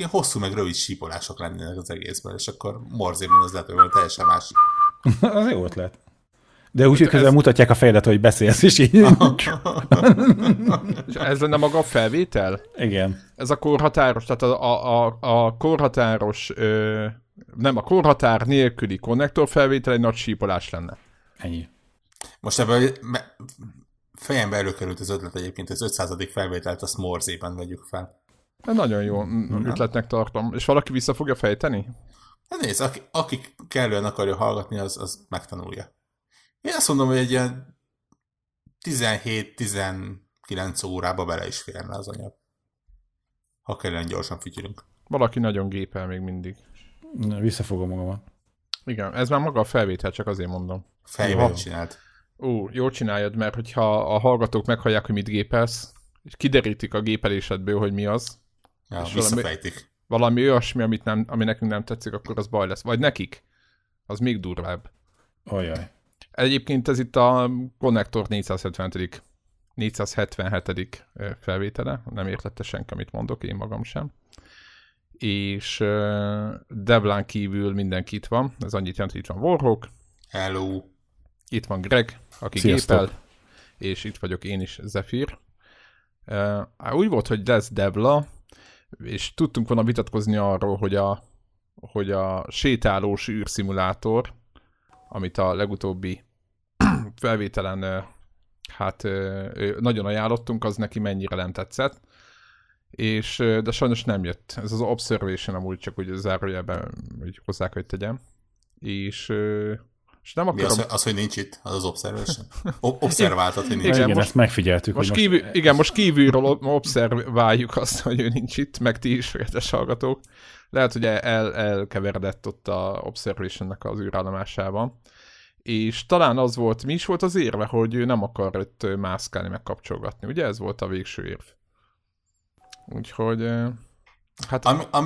ilyen hosszú meg rövid sípolások lennének az egészben, és akkor morzében az lehet, hogy teljesen más. Az jó ötlet. De úgy, hogy közben mutatják a fejedet, hogy beszélsz, és így. És ez lenne maga a felvétel? Igen. Ez a korhatáros, tehát a korhatáros, nem a korhatár nélküli konnektor felvétel egy nagy sípolás lenne. Ennyi. Most ebből fejembe előkerült az ötlet egyébként, az 500. felvételt azt morzében vegyük fel. Nagyon jó ötletnek tartom. És valaki vissza fogja fejteni? Hát nézd, aki kellően akarja hallgatni, az megtanulja. Én azt mondom, hogy egy ilyen 17-19 órába bele is férne az anyag. Ha kellően gyorsan fütyülünk. Valaki nagyon gépel még mindig. Visszafogom magamat. Igen, ez már maga a felvétel, csak azért mondom. Fejben csinált. Jól csináljad, mert hogyha a hallgatók meghallják, hogy mit gépelsz, és kiderítik a gépelésedből, hogy mi az, Ja, visszafejtik. Valami olyasmi, ami nekünk nem tetszik, akkor az baj lesz. Vagy nekik. Az még durvább. Ajaj. Egyébként ez itt a Konnektor 477. felvétele. Nem értette senki, amit mondok, én magam sem. És Devlán kívül mindenki itt van. Ez annyit jelent, hogy itt van Warhawk. Hello. Itt van Greg, aki Sziasztok. gépel. És itt vagyok én is, Zephyr. Úgy volt, hogy lesz Devla, és tudtunk volna vitatkozni arról, hogy a sétálós űrszimulátor, amit a legutóbbi felvételen nagyon ajánlottunk, az neki mennyire nem tetszett. De sajnos nem jött. Ez az Observation amúgy csak úgy zárójelben hogy hozzá kell, hogy tegyem. És nem akarom... Mi az, hogy nincs itt? Az Observation? Observáltad, hogy nincs. Igen, ezt megfigyeltük. Most kívülről observáljuk azt, hogy ő nincs itt, meg ti is, kedves hallgatók. Lehet, hogy elkeveredett ott a Observationnek az űrállomásában. És talán az volt, mi is volt az érve, hogy ő nem akar itt mászkálni, meg kapcsolgatni. Ugye ez volt a végső érv. Úgyhogy... Hát,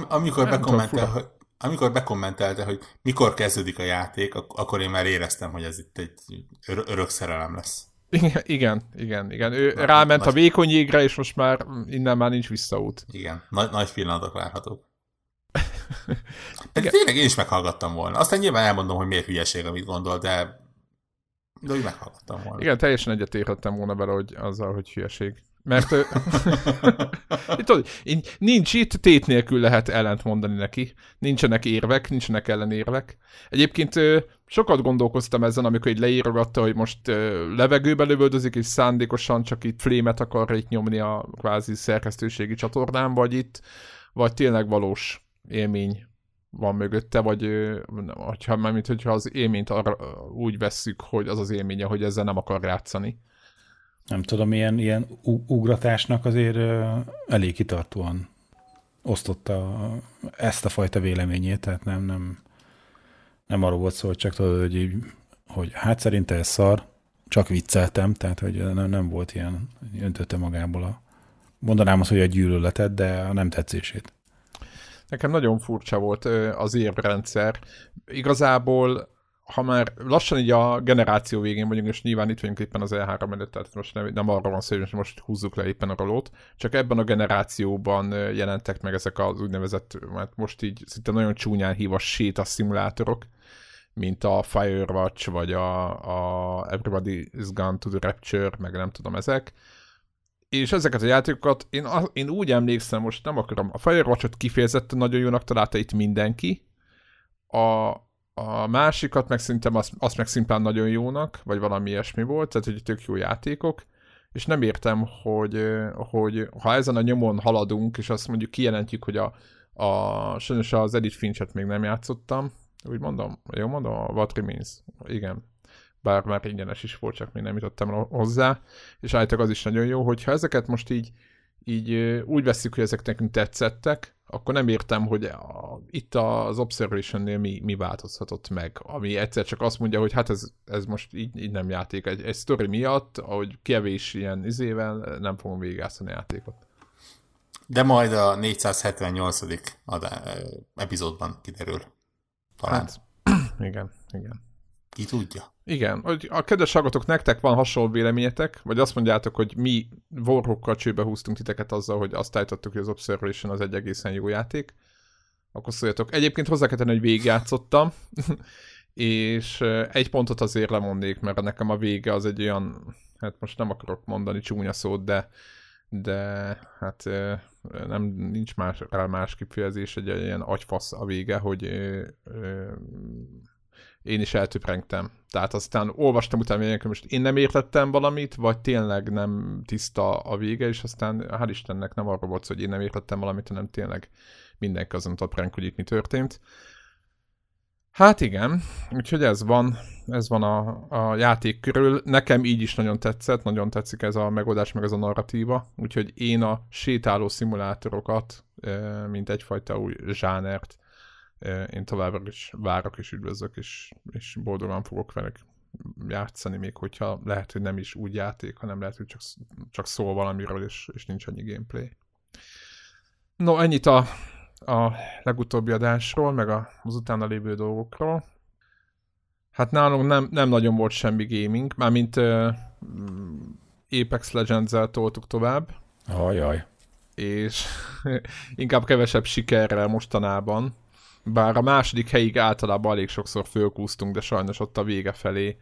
amikor bekommentelte, hogy mikor kezdődik a játék, akkor én már éreztem, hogy ez itt egy örök szerelem lesz. Igen. Ő ráment a vékony jégre, és most már innen már nincs visszaút. Igen, nagy pillanatok várhatók. Tényleg én is meghallgattam volna. Aztán nyilván elmondom, hogy miért hülyeség, amit gondol, de úgy meghallgattam volna. Igen, teljesen egyetértettem volna vele, hogy azzal, hogy hülyeség. Mert nincs itt, tét nélkül lehet ellent mondani neki. Nincsenek érvek, nincsenek ellenérvek. Egyébként sokat gondolkoztam ezen, amikor így leírogatta, hogy most levegőbe lövöldözik, és szándékosan csak itt flémet akar itt nyomni a kvázi szerkesztőségi csatornán, vagy tényleg valós élmény van mögötte, vagy hogyha az élményt arra úgy vesszük, hogy az az élménye, hogy ezzel nem akar játszani. Nem tudom, ilyen ugratásnak azért elég kitartóan osztotta ezt a fajta véleményét, tehát nem arról volt szó, hogy csak tudod, hogy hát szerinte ez szar, csak vicceltem, tehát hogy nem volt ilyen, öntötte magából mondanám azt, hogy a gyűlöletet, de a nem tetszését. Nekem nagyon furcsa volt az érvrendszer. Igazából, ha már lassan így a generáció végén vagyunk, és nyilván itt vagyunk éppen az E3 előtt, tehát most nem arra van szó, hogy most húzzuk le éppen a rolót, csak ebben a generációban jelentek meg ezek az úgynevezett, mert most így szinte nagyon csúnyán hív a sétaszimulátorok, mint a Firewatch, vagy a Everybody is Gone to the Rapture, meg nem tudom ezek. És ezeket a játékokat én úgy emlékszem, most nem akarom, a Firewatch-ot kifejezetten nagyon jónak találta itt mindenki, a másikat meg szerintem azt meg szimplán nagyon jónak, vagy valami ilyesmi volt, tehát hogy tök jó játékok, és nem értem, hogy ha ezen a nyomon haladunk, és azt mondjuk kijelentjük, hogy sajnos az Edith Finch-et még nem játszottam, úgy mondom, jól mondom, a What Remains, igen, bár már ingyenes is volt, csak még nem jutottam hozzá, és állítólag az is nagyon jó, hogyha ezeket most így úgy veszik, hogy ezek nekünk tetszettek, akkor nem értem, hogy itt az Observation-nél mi változhatott meg, ami egyszer csak azt mondja, hogy hát ez most így nem játék. Egy sztori miatt, ahogy kevés ilyen izével nem fogom végigjátszani a játékot. De majd a 478. epizódban kiderül. Talán. Hát, igen. Ki tudja? Igen, hogy a kedves hallgatók, nektek van hasonló véleményetek, vagy azt mondjátok, hogy mi Warhawkkal csőbe húztunk titeket azzal, hogy azt állítottuk, hogy az Observation az egy egészen jó játék, akkor szóljatok. Egyébként hozzá kell tenni, hogy végigjátszottam, és egy pontot azért lemondnék, mert nekem a vége az egy olyan, hát most nem akarok mondani csúnya szót, de hát nincs rá más kifejezés, egy ilyen agyfasz a vége, hogy én is eltöprengtem. Tehát aztán olvastam utána, hogy most én nem értettem valamit, vagy tényleg nem tiszta a vége, és aztán hál' Istennek nem arra volt, hogy én nem értettem valamit, hanem tényleg mindenki azon töpreng, hogy itt mi történt. Hát igen, úgyhogy ez van a játék körül. Nekem így is nagyon tetszett, nagyon tetszik ez a megoldás, meg ez a narratíva, úgyhogy én a sétáló szimulátorokat, mint egyfajta új zsánert, én továbbra is várok és üdvözlök, és boldogan fogok velük játszani, még hogyha lehet, hogy nem is úgy játék, hanem lehet, hogy csak szól valamiről, és nincs annyi gameplay. No, ennyit a legutóbbi adásról, meg az utána lévő dolgokról. Hát nálunk nem nagyon volt semmi gaming, mármint Apex Legends-zel toltuk tovább. Ajaj. És inkább kevesebb sikerrel mostanában. Bár a második helyig általában elég sokszor fölkúztunk, de sajnos ott a vége felé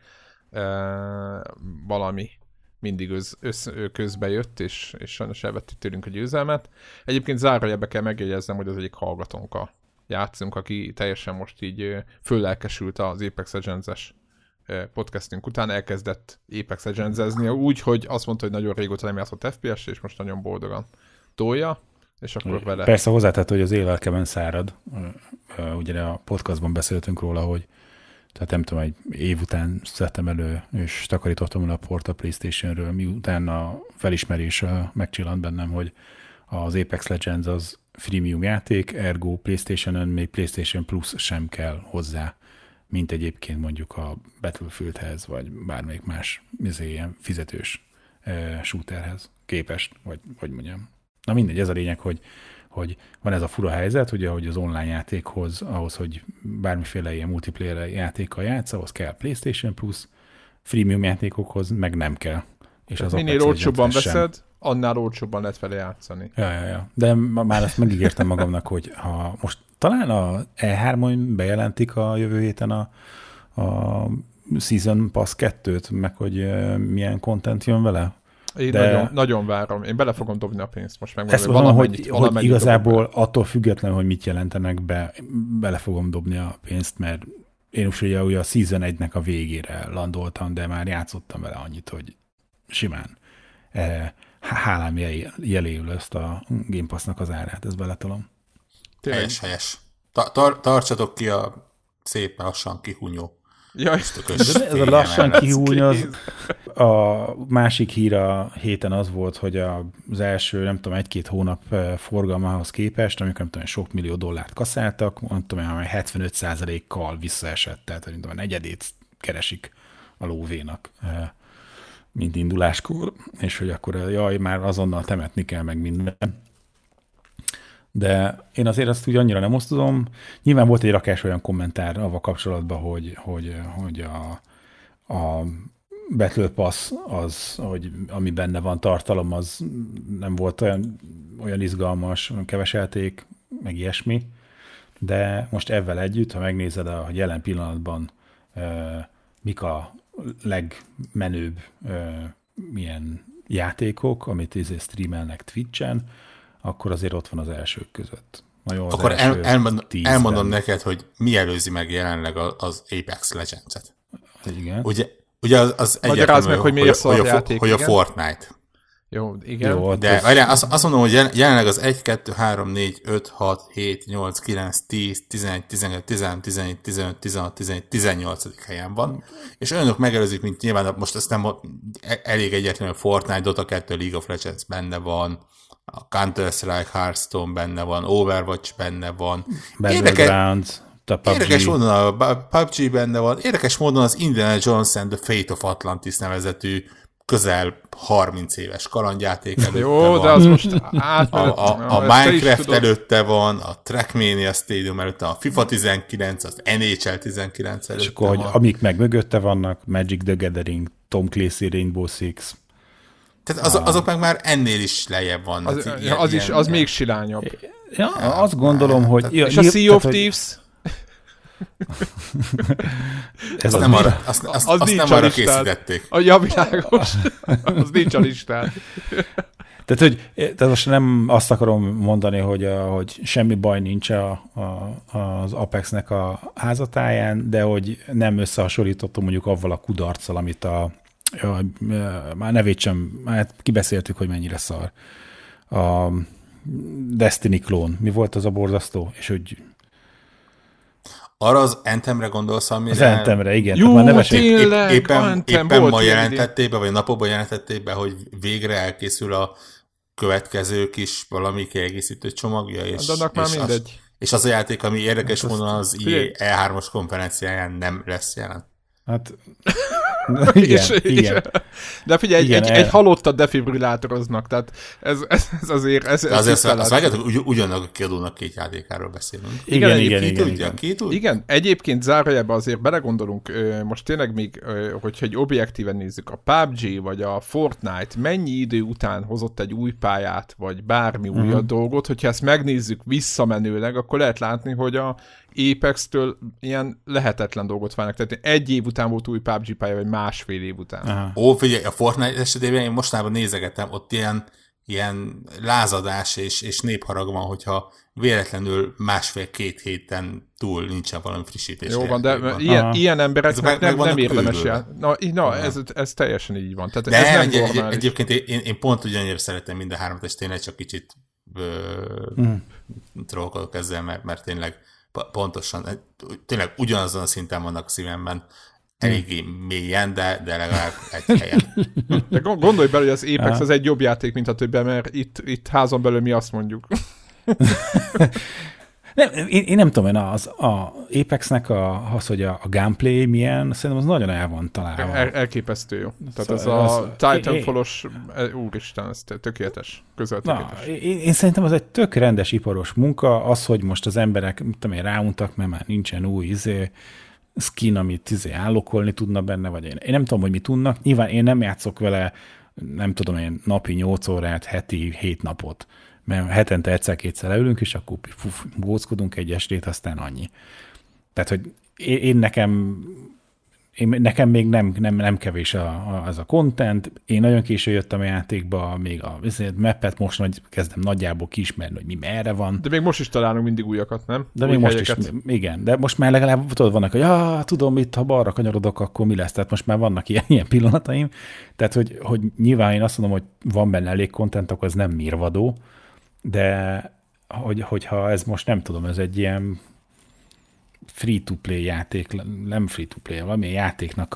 valami mindig közbe jött, és sajnos elvettük tőlünk a győzelmet. Egyébként zárójelbe kell megjegyeznem, hogy az egyik hallgatónkkal játszunk, aki teljesen most így föllelkesült az Apex Legends-es podcastünk után, elkezdett Apex Legends-ezni úgy, hogy azt mondta, hogy nagyon régóta nem játszott FPS, és most nagyon boldogan tolja, és akkor vele... Persze hozzátett, hogy az élelkemen szárad. Ugye a podcastban beszéltünk róla, hogy tehát nem tudom, egy év után szedtem elő, és takarítottam el a port a PlayStation-ről, miután a felismerés megcsillant bennem, hogy az Apex Legends az freemium játék, ergo PlayStation-ön még PlayStation Plus sem kell hozzá, mint egyébként mondjuk a Battlefieldhez, vagy bármelyik más ilyen fizetős shooterhez képest, vagy mondjam. Na mindegy, ez a lényeg, hogy van ez a fura helyzet, ugye, hogy az online játékhoz, ahhoz, hogy bármiféle ilyen multiplayer játékkal játsz, ahhoz kell PlayStation Plus, freemium játékokhoz meg nem kell. És az minél olcsóbban veszed, annál olcsóbban lehet vele játszani. Ja. De már azt megígértem magamnak, hogy ha most talán a E3-on bejelentik a jövő héten a Season Pass 2-t, meg hogy milyen content jön vele. Én nagyon várom. Én bele fogom dobni a pénzt most. Ezt mondom, hogy igazából attól függetlenül, hogy mit jelentenek be, bele fogom dobni a pénzt, mert én is ugye a Season 1-nek a végére landoltam, de már játszottam vele annyit, hogy simán hálám jeléül ezt a Game Pass-nak az árát, ezt beletolom. Helyes. Tartsatok ki a szépen lassan kihunyó. Ja, ez a lassan kihúny, az a másik hír a héten az volt, hogy az első, nem tudom, 1-2 hónap forgalmához képest, amikor nem tudom, sok millió dollárt kaszáltak, nem tudom, 75%-kal visszaesett, tehát nem tudom, a negyedét keresik a lóvénak, mint induláskor, és hogy akkor jaj, már azonnal temetni kell meg minden. De én azért azt úgy annyira nem osztozom. Nyilván volt egy rakás olyan kommentár avval kapcsolatban, hogy a Battle Pass, az, hogy ami benne van tartalom, az nem volt olyan izgalmas, keveselték, meg ilyesmi. De most ezzel együtt, ha megnézed a jelen pillanatban mik a legmenőbb milyen játékok, amit streamelnek Twitch-en, akkor azért ott van az elsők között. Akkor elmondom neked, hogy mi előzi meg jelenleg az Apex Legends-et. Igen. Ugye az egyértelmű, hogy a Fortnite. Jó, igen. Jó, de várjál, azt mondom, hogy jelenleg az 1, 2, 3, 4, 5, 6, 7, 8, 9, 10, 11, 12, 13, 14, 15, 16, 17, 18. helyen van, és olyanok megelőzik, mint nyilván most ezt nem elég egyértelmű, Fortnite, Dota 2, League of Legends benne van, a Counter-Strike, Hearthstone benne van, Overwatch benne van. Érdekes módon a PUBG benne van, érdekes módon az Indiana Jones and the Fate of Atlantis nevezetű közel 30 éves kalandjáték előtte jó, van. De az most a Minecraft előtte van, a Trackmania Stadium előtte, a FIFA 19, az NHL 19 előtte. És akkor, hogy amik meg mögötte vannak, Magic the Gathering, Tom Clancy Rainbow Six. Tehát azok meg már ennél is lejjebb vannak. Az még silányabb. Ja, azt gondolom, hogy... És a Sea of Thieves? Ez azt nem arra készítették. Ja, világos. Az nincs a listán. Tehát most nem azt akarom mondani, hogy semmi baj nincs az Apexnek a házatáján, de hogy nem összehasonlítottam mondjuk avval a kudarccal, amit már nevét sem, hát kibeszéltük, hogy mennyire szar. A Destiny klón. Mi volt az a borzasztó? És hogy... Arra az Anthemre gondolsz, amire... Az Anthemre, igen. Jó, tényleg, éppen ma jelentették be, vagy napokban jelentették be, hogy végre elkészül a következő kis valami kiegészítő csomagja, és, de annak már mindegy. És az a játék, ami érdekes módon az E3-as konferenciáján nem lesz jelen. Hát... igen. De figyelj, egy halottat defibrillátoroznak, tehát ez azért... Azt megadjuk, ugyannak a kiadónak két játékáról beszélünk. Igen, egyébként zárójelben azért belegondolunk, most tényleg még, hogyha egy objektíven nézzük, a PUBG vagy a Fortnite mennyi idő után hozott egy új pályát, vagy bármi újabb dolgot, hogyha ezt megnézzük visszamenőleg, akkor lehet látni, hogy a Apex-től ilyen lehetetlen dolgot várnak. Tehát egy év után volt új PUBG pálya, vagy másfél év után. Aha. Figyelj, a Fortnite esetében én mostanában nézegetem, ott ilyen lázadás és népharag van, hogyha véletlenül másfél-két héten túl nincsen valami frissítés. Jó van, de ilyen embereknek nem érdemes ez teljesen így van. Tehát de ez nem normális. Egyébként én pont ugyannyira szeretem mind a hármat, és tényleg csak kicsit trollkodok ezzel, mert tényleg pontosan, tényleg ugyanazon a szinten vannak a szívemben, eléggé mélyen, de legalább egy helyen. De gondolj bele, hogy az Apex az egy jobb játék, mint a többi, mert itt házon belül mi azt mondjuk. Én nem tudom, az Apexnek az, hogy a gameplay milyen, szerintem az nagyon el van találva. Elképesztő jó. Tehát ez a Titanfall-os, úristen, ez tökéletes. Tökéletes. Én szerintem az egy tök rendes iparos munka, az, hogy most az emberek, ráuntak, mert már nincsen új skin, amit állokolni tudna benne, vagy én nem tudom, hogy mi tudnak. Nyilván én nem játszok vele, nem tudom, én napi 8 órát, heti 7 napot. Mert hetente egyszer-kétszer leülünk, és akkor bóckodunk egy estét, aztán annyi. Tehát, hogy nekem még nem kevés az a content. Én nagyon késő jöttem a játékba, még a mappet most kezdem nagyjából kiismerni, hogy mi merre van. De még most is találunk mindig újakat, nem? De még most is, igen. De most már legalább tudod, vannak, hogy tudom, itt ha balra kanyarodok, akkor mi lesz. Tehát most már vannak ilyen pillanataim. Tehát, hogy nyilván én azt mondom, hogy van benne elég content, akkor ez nem mérvadó. De hogyha ez most nem tudom, ez egy ilyen free-to-play játék, nem free-to-play, valamilyen játéknak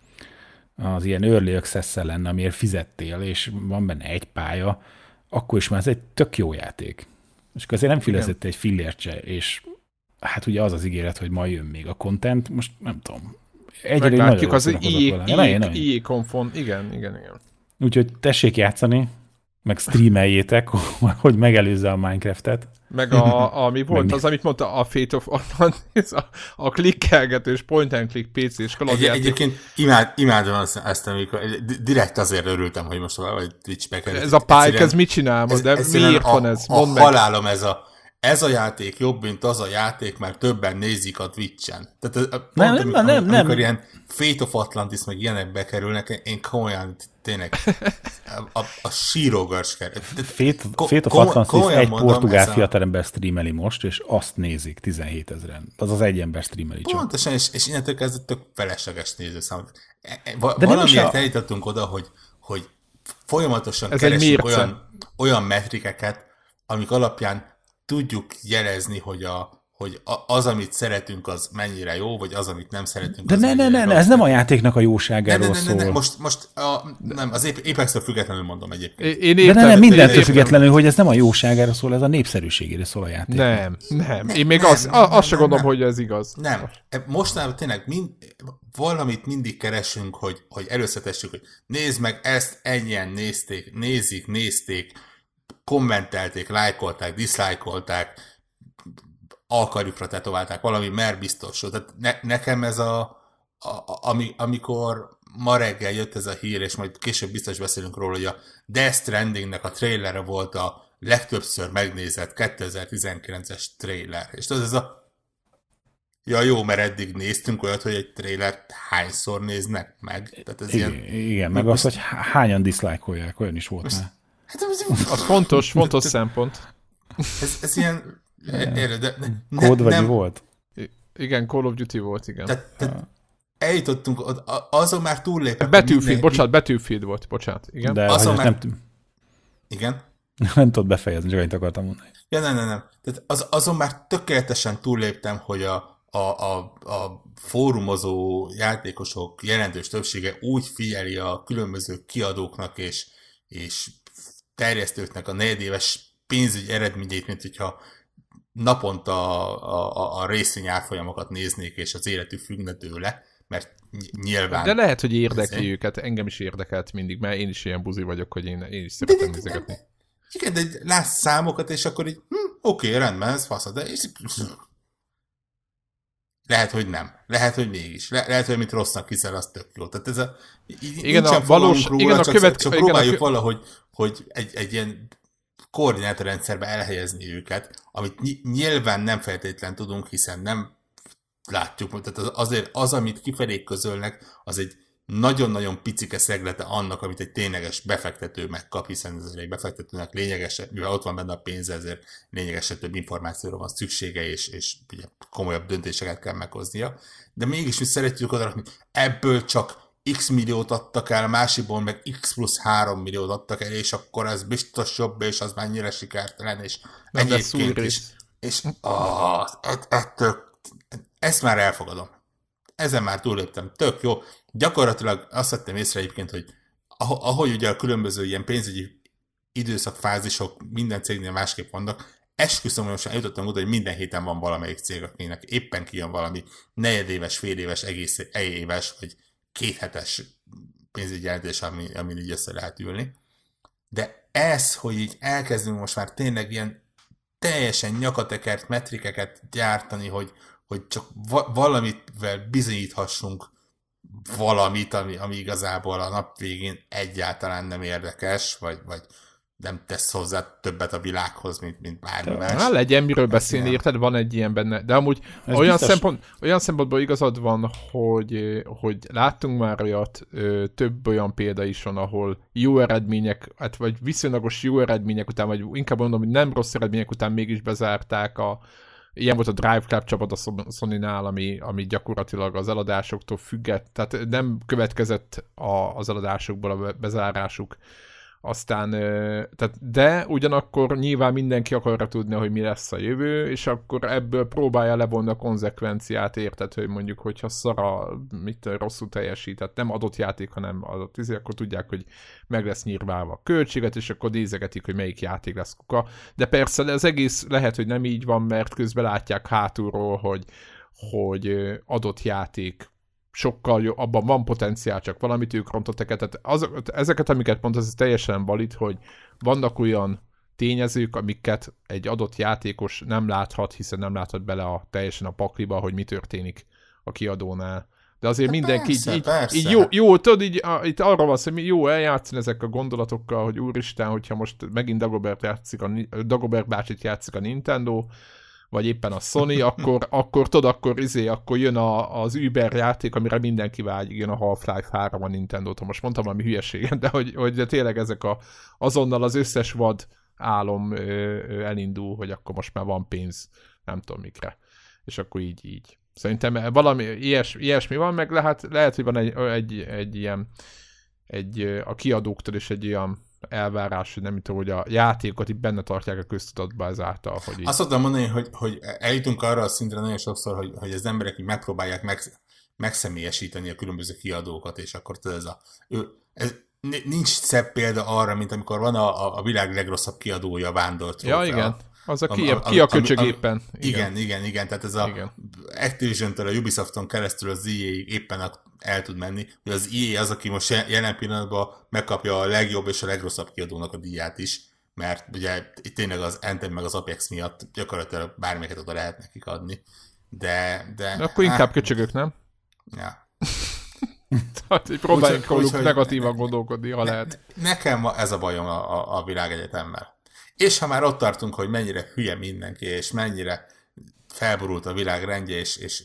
az ilyen early access-szel lenne, amiért fizettél, és van benne egy pálya, akkor is már ez egy tök jó játék. És akkor azért nem fizetett egy fillért se, és hát ugye az ígéret, hogy majd jön még a content, most nem tudom. Meglátjuk az EA Confon, igen. Úgyhogy tessék játszani, meg streameljétek, hogy megelőzze a Minecraftet. Meg ami volt, az, amit mondta, a Fate of Atlantis, a klikkelgetős point and click PC-s kalandjáték. Egyébként imádom ezt, amikor direkt azért örültem, hogy most vagy Twitch-be került. Ez a Pike, ez mit csinál? De miért van ez? Mondd meg. Halálom ez a játék jobb, mint az a játék, mert többen nézik a Twitch-en. Tehát amikor ilyen Fate of Atlantis meg ilyenek bekerülnek, én komolyan tényleg a sírógars kell. Fate of Atlantis egy portugál fiatalember streameli most, és azt nézik 17 000-en. Az egy ember streameli csak. Pontosan, és innentől kezdve tök felesleges nézőszám. Valamiért eljutottunk oda, hogy folyamatosan keresünk olyan metrikeket, amik alapján tudjuk jelezni, hogy az, amit szeretünk, az mennyire jó, vagy az, amit nem szeretünk, de az ne, ez nem a játéknak a jóságáról szól. Most az Apex-től függetlenül mondom egyébként. De nem, mindentől függetlenül, hogy ez nem a jóságáról szól, ez a népszerűségére szól a játék. Nem. Én még azt sem gondolom, hogy ez igaz. Nem. Mostanában tényleg valamit mindig keresünk, hogy előszetessük, hogy nézd meg, ezt ennyien nézték, kommentelték, lájkolták, diszlájkolták, alkarjukra tetoválták valami, mert biztos. Tehát nekem ez amikor ma reggel jött ez a hír, és majd később biztos beszélünk róla, hogy a Death Strandingnek a trailere volt a legtöbbször megnézett 2019-es trailer. És az ez a ja jó, mert eddig néztünk olyat, hogy egy trailert hányszor néznek meg. Tehát ez igen, meg az, hogy hányan diszlájkolják, olyan is volt már. Hát az fontos szempont. Ez ilyen... Code vagy volt? Igen, Call of Duty volt, igen. Tehát eljutottunk, azon már túllépett. Battlefield volt, bocsánat. Igen. De azon már... nem... Igen? Nem tudod befejezni, csak annyit akartam mondani. Ja, nem. Tehát azon már tökéletesen túlléptem, hogy a fórumozó játékosok jelentős többsége úgy figyeli a különböző kiadóknak és terjesztőknek a negyedéves pénzügyi eredményeit, mint hogyha naponta a racing árfolyamokat néznék, és az életük függne tőle, mert nyilván... De lehet, hogy érdekli őket, engem is érdekelt mindig, mert én is ilyen buzi vagyok, hogy én is szeretem nézegetni. Igen, de látsz számokat, és akkor így, oké, rendben, ez fasz, de lehet, hogy nem. Lehet, hogy mégis. Lehet, hogy amit rossznak hiszel, az tök jó. Tehát ez a... Igen, a valós... Róla, igen, csak próbáljuk valahogy, hogy egy ilyen koordinátorrendszerbe elhelyezni őket, amit nyilván nem feltétlen tudunk, hiszen nem látjuk. Tehát azért az, amit kifelé közölnek, az egy nagyon-nagyon picike szeglete annak, amit egy tényleges befektető megkap, hiszen ez egy befektetőnek lényeges, mivel ott van benne a pénze, ezért lényegesen több információra van szüksége, és ugye komolyabb döntéseket kell meghoznia. De mégis mi szeretjük odarakni, ebből csak X milliót adtak el, a másikból meg X plusz 3 milliót adtak el, és akkor ez biztos jobb, és az már annyira sikertelen, és nem egyébként is. És ezt már elfogadom. Ezen már túléptem. Tök jó. Gyakorlatilag azt vettem észre egyébként, hogy ahogy ugye a különböző ilyen pénzügyi időszakfázisok minden cégnél másképp vannak, esküszöm, hogy most eljutottam oda, hogy minden héten van valamelyik cég, akinek éppen kijön valami negyedéves, féléves, egész éves, vagy 2 hetes pénzügyi jelentés, amin így össze lehet ülni. De ez, hogy így elkezdünk most már tényleg ilyen teljesen nyakatekert metrikeket gyártani, hogy csak valamivel bizonyíthassunk valamit, ami igazából a nap végén egyáltalán nem érdekes, vagy nem tesz hozzá többet a világhoz, mint bármi más. Legyen miről beszélni, érted? Van egy ilyen benne. De amúgy olyan szempontból igazad van, hogy láttunk már olyat, több olyan példa is van, ahol jó eredmények, vagy viszonylagos jó eredmények után, vagy inkább mondom, hogy nem rossz eredmények után mégis bezárták ilyen volt a Drive Club csapat a Sony-nál, ami gyakorlatilag az eladásoktól függett, tehát nem következett az eladásokból a bezárásuk. Aztán, de ugyanakkor nyilván mindenki akarja tudni, hogy mi lesz a jövő, és akkor ebből próbálja levonni a konzekvenciát, érted, hogy mondjuk, hogyha rosszul teljesített, nem adott játék, hanem adott akkor tudják, hogy meg lesz nyírválva a költséget, és akkor nézegetik, hogy melyik játék lesz kuka. De persze ez egész lehet, hogy nem így van, mert közben látják hátulról, hogy adott játék sokkal jó, abban van potenciál, csak valamit ők rontottak el. Tehát ezeket, amiket mondasz, ez teljesen valid, hogy vannak olyan tényezők, amiket egy adott játékos nem láthat, hiszen nem láthat bele teljesen a pakliba, hogy mi történik a kiadónál. De azért mindenki így jó, tudod, itt arra van szó, hogy jó eljátszani ezek a gondolatokkal, hogy úristen, hogyha most megint Dagobert bácsit játszik a Nintendo, vagy éppen a Sony, akkor jön az Uber játék, amire mindenki vágyik, jön a Half-Life 3 a Nintendo-tól. Most mondtam valami hülyeséget, de hogy tényleg ezek azonnal az összes vad álom elindul, hogy akkor most már van pénz, nem tudom mikre. És akkor így. Szerintem valami ilyesmi van, meg lehet hogy van egy ilyen a kiadóktól is egy olyan elvárás, hogy nem tudom, hogy a játékokat itt benne tartják a köztudatba ezáltal. Hogy így... Azt tudtam mondani, hogy eljutunk arra a szintre nagyon sokszor, hogy az emberek így megpróbálják megszemélyesíteni a különböző kiadókat, és akkor tudod, nincs szebb példa arra, mint amikor van a világ legrosszabb kiadója, Vándort. Ja, igen. Az ki a köcsögéppen. Igen. Tehát ez a Activision-től a Ubisofton keresztül az EA-ig éppen el tud menni, hogy az EA az, aki most jelen pillanatban megkapja a legjobb és a legrosszabb kiadónak a díját is, mert ugye itt tényleg az Anthem meg az Apex miatt gyakorlatilag bármelyiket oda lehet nekik adni. De akkor inkább köcsögök, nem? Ja. Tehát, hogy próbáljunk Úgyhogy- róluk úgyhogy- negatívan gondolkodni, ha lehet. Nekem ez a bajom a világegyetemmel. És ha már ott tartunk, hogy mennyire hülye mindenki, és mennyire felborult a világ rendje, és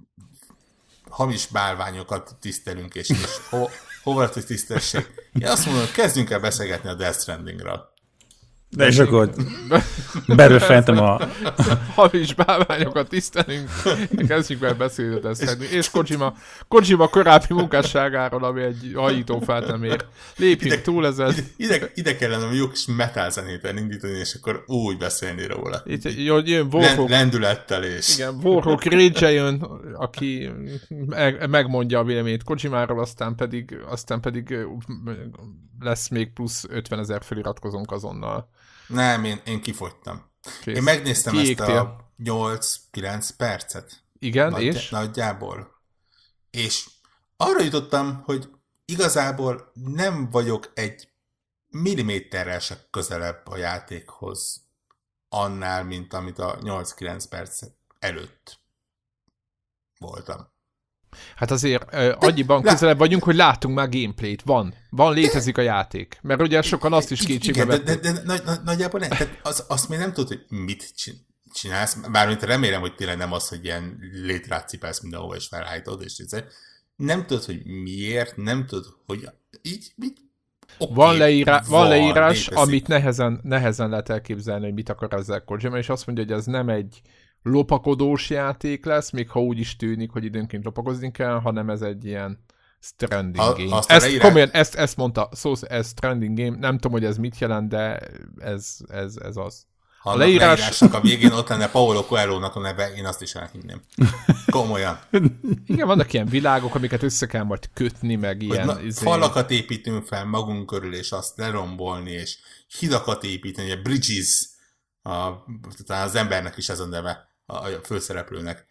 hamis bálványokat tisztelünk, és hova lett a tisztesség? Én azt mondom, hogy kezdjünk el beszélgetni a Death Strandingről. De és akkor beröffentem a... Hamis bálványokat tisztelünk, kezdjük meg beszélni a Death Stranding. És Kojima korábbi munkásságáról, ami egy hajító felt nem ér. Lépjünk túl ezen. Ide kellene jó kis metal zenét indítani, és akkor úgy beszélni róla. Itt jön Warhawk. Lendülettel és... Igen, Warhawk Rage jön, aki megmondja a véleményt Kojimáról, aztán pedig lesz még plusz 50 000 feliratkozónk azonnal. Nem, én kifogytam. Kész. Én megnéztem ezt Kiégtél. a 8-9 percet. Igen, és? Nagyjából. És arra jutottam, hogy igazából nem vagyok egy milliméterrel se közelebb a játékhoz annál, mint amit a 8-9 perc előtt voltam. Hát azért annyiban közelebb vagyunk, hogy látunk már gameplayt. Van, létezik a játék. Mert ugye sokan azt is kétségbe Igen, vették. de nagyjából nem. Tehát azt még nem tudod, hogy mit csinálsz. Bármint remélem, hogy tényleg nem az, hogy ilyen létrát cipelsz mindenhova és felhájtod, és nem tudod, hogy miért, nem tudod, hogy így mit. Okay, Van leírás, létezik. amit nehezen lehet elképzelni, hogy mit akar ezzel Kojima, és azt mondja, hogy ez nem egy lopakodós játék lesz, még ha úgy is tűnik, hogy időnként lopakozni kell, hanem ez egy ilyen Stranding game. Ezt mondta, ez Stranding game, nem tudom, hogy ez mit jelent, de ez az. Ha a leírásnak a végén ott lenne Paulo Coelho-nak a neve, én azt is elhinném. Komolyan. Igen, vannak ilyen világok, amiket össze kell majd kötni, meg ilyen... Falakat építünk fel magunk körül, és azt lerombolni, és hidakat építeni, a bridges, talán az embernek is ez a neve, a főszereplőnek.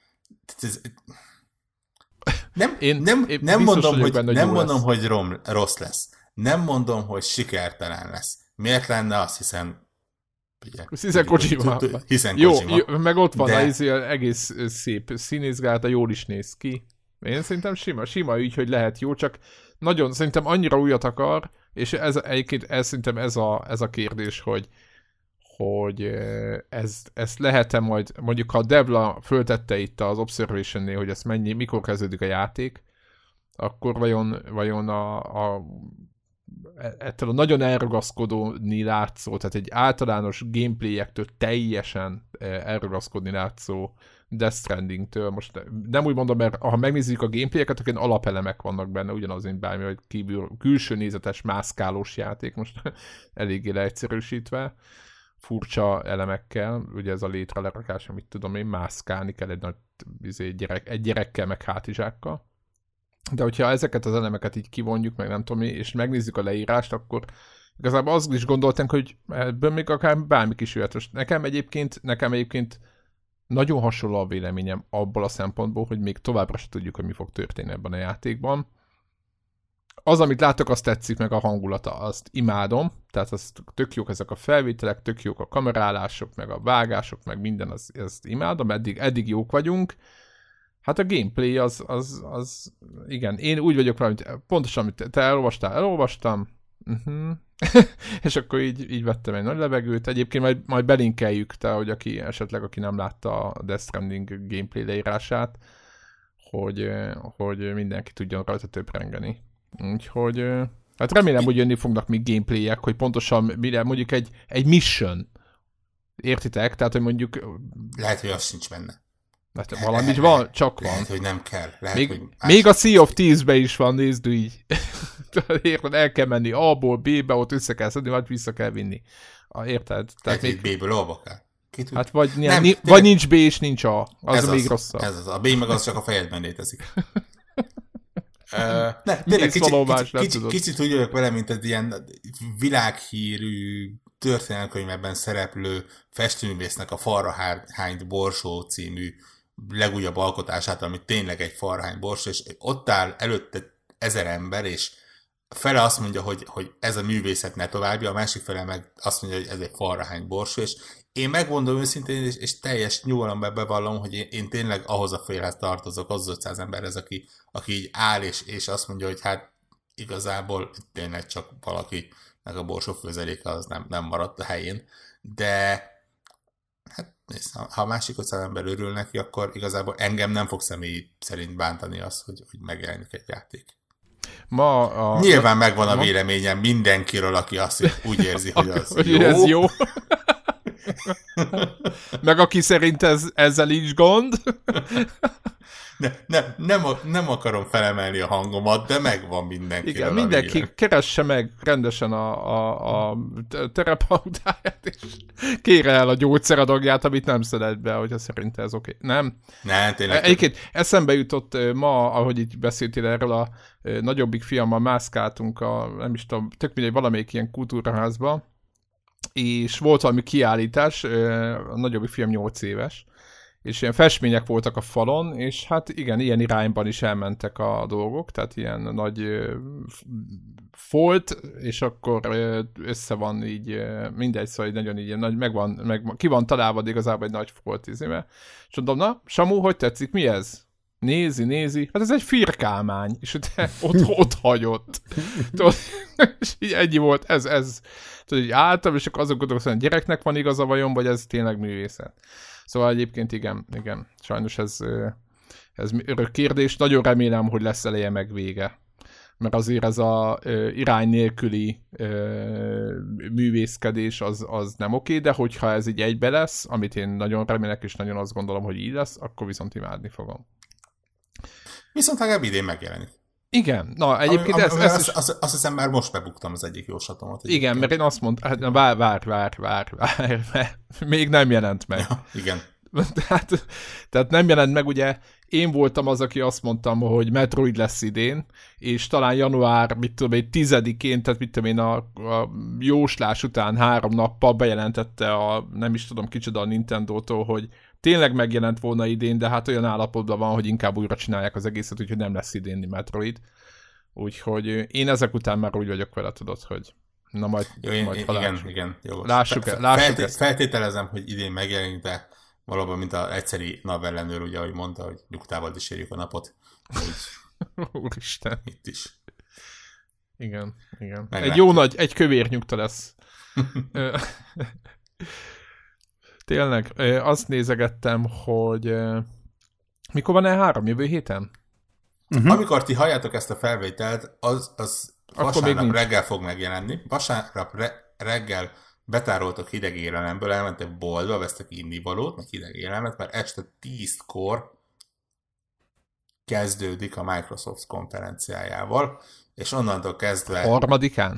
Nem mondom, hogy rossz lesz. Nem mondom, hogy sikertelen lesz. Miért lenne az, hiszen Kojima. Jó, meg ott van az egész szép színészgálta, jól is néz ki. Én szerintem sima ügy, hogy lehet jó, csak nagyon szerintem annyira újat akar, és szerintem ez a kérdés, hogy ezt lehet-e majd, mondjuk ha a Devla föltette itt az Observation-nél, hogy ezt mikor kezdődik a játék, akkor vajon ettől a nagyon elragaszkodni látszó, tehát egy általános gameplayektől teljesen elragaszkodni látszó Death Stranding-től. Most nem úgy mondom, mert ha megnézzük a gameplayeket, akkor alapelemek vannak benne, ugyanaz, mint bármi, hogy külső nézetes mászkálós játék, most eléggé leegyszerűsítve, furcsa elemekkel, ugye ez a létrelerakás, amit tudom én, mászkálni kell egy gyerekkel, meg hátizsákkal. De hogyha ezeket az elemeket így kivonjuk, meg nem tudom, és megnézzük a leírást, akkor igazából azt is gondoltam, hogy ebből még akár bármi is jöhet. Most nekem egyébként nagyon hasonló a véleményem abból a szempontból, hogy még továbbra se tudjuk, hogy mi fog történni ebben a játékban. Az, amit látok, azt tetszik, meg a hangulata, azt imádom, tehát az tök jók ezek a felvételek, tök jók a kamerálások, meg a vágások, meg minden, azt imádom, eddig jók vagyunk. Hát a gameplay az igen, én úgy vagyok valami, pontosan, amit te elolvastam, és akkor így vettem egy nagy levegőt. Egyébként majd belinkeljük, hogy aki nem látta a Death Stranding gameplay leírását, hogy mindenki tudjon rajta töprengeni. Úgyhogy hát remélem, hogy jönni fognak még gameplayek, hogy pontosan mire, mondjuk egy mission. Értitek? Tehát, hogy mondjuk... Lehet, hogy az sincs benne. Hát valamit van, csak van. Lehet, hogy nem kell. Lehet, még a Sea of Thieves-be is van, nézd így. Érted, el kell menni A-ból B-be, ott össze kell szedni, vagy vissza kell vinni. Érted? Tehát még B-ből A-ba kell. Hát vagy nincs B és nincs A. Az még rosszabb. Ez az. A B meg az csak a fejedben létezik. Kicsit úgy vagyok vele, mint egy ilyen világhírű történelmkönyvben szereplő festőművésznek a Farrahányt Borsó című legújabb alkotását, ami tényleg egy Farrahány Borsó, és ott áll előtte 1000 ember, és fele azt mondja, hogy ez a művészet ne továbbja, a másik fele meg azt mondja, hogy ez egy falrahány borsó, és én megmondom őszintén, és teljes nyugalomban bevallom, hogy én tényleg ahhoz a félhez tartozok, az 500 emberhez, aki így áll, és azt mondja, hogy hát igazából tényleg csak valakinek a borsó főzeléke az nem maradt a helyén, de hát nézd, ha a másik 500 ember örül neki, akkor igazából engem nem fog személy szerint bántani az, hogy megjelenik egy játék. Nyilván megvan a véleményem mindenkiről, aki azt úgy érzi, hogy az hogy jó. Ez jó. Meg aki szerint ezzel nincs gond. Nem akarom felemelni a hangomat, de megvan mindenkiről. Igen, mindenki keresse meg rendesen a terapeutáját, és kérje el a gyógyszeradagját, amit nem szedett be, hogyha szerint ez oké. Nem? Nem, tényleg. Egyébként eszembe jutott ma, ahogy így beszéltél erről, a nagyobbik fiammal mászkáltunk nem is tudom, tök mindegy, valamelyik ilyen kultúraházba, és volt valami kiállítás, a nagyobbik fiam 8 éves, és ilyen festmények voltak a falon, és hát igen, ilyen irányban is elmentek a dolgok, tehát ilyen nagy folt, és akkor össze van így, mindegy, szóval nagyon így, megvan, ki van találva igazából egy nagy folt izébe. És mondom, na, Samu, hogy tetszik, mi ez? Nézi, hát ez egy firkálmány, és ott hagyott. És így ennyi volt, ez. Tudod, így álltam, és akkor azok gondolok, hogy a gyereknek van igaza vajon, vagy ez tényleg művészet. Szóval egyébként igen. Sajnos ez örök kérdés. Nagyon remélem, hogy lesz eleje meg vége. Mert azért ez a irány nélküli művészkedés az nem oké, de hogyha ez így egybe lesz, amit én nagyon remélek, és nagyon azt gondolom, hogy így lesz, akkor viszont imádni fogom. Viszont legalább idén megjelenik. Igen, na egyébként azt hiszem már most bebuktam az egyik jóslatomat. Igen, mert én azt mondtam, hát vár, még nem jelent meg. Ja, igen. Tehát nem jelent meg, ugye én voltam az, aki azt mondtam, hogy Metroid lesz idén, és talán január, 10-én, tehát a jóslás után 3 nappal bejelentette nem is tudom kicsoda a Nintendótól, hogy tényleg megjelent volna idén, de hát olyan állapotban van, hogy inkább újra csinálják az egészet, úgyhogy nem lesz idén Metroid. Úgyhogy én ezek után már úgy vagyok vele, tudod, hogy na majd igen, jogos. Lássuk ezt. Feltételezem, hogy idén megjelenik, de valóban, mint az egyszeri navellenőr, ugye, ahogy mondta, hogy nyugtával dísérjük a napot. Úristen. Itt is. Igen. Egy jó nagy, egy kövér nyugta lesz. Tényleg, azt nézegettem, hogy mikor van E3? Jövő héten? Amikor ti halljátok ezt a felvételt, az vasárnap reggel fog megjelenni. Vasárnap reggel betároltok hideg élelemből, elmentek boltba, vesztek innivalót, meg hideg élelmet, mert este 10-kor kezdődik a Microsoft konferenciájával, és onnantól kezdve... 3-án?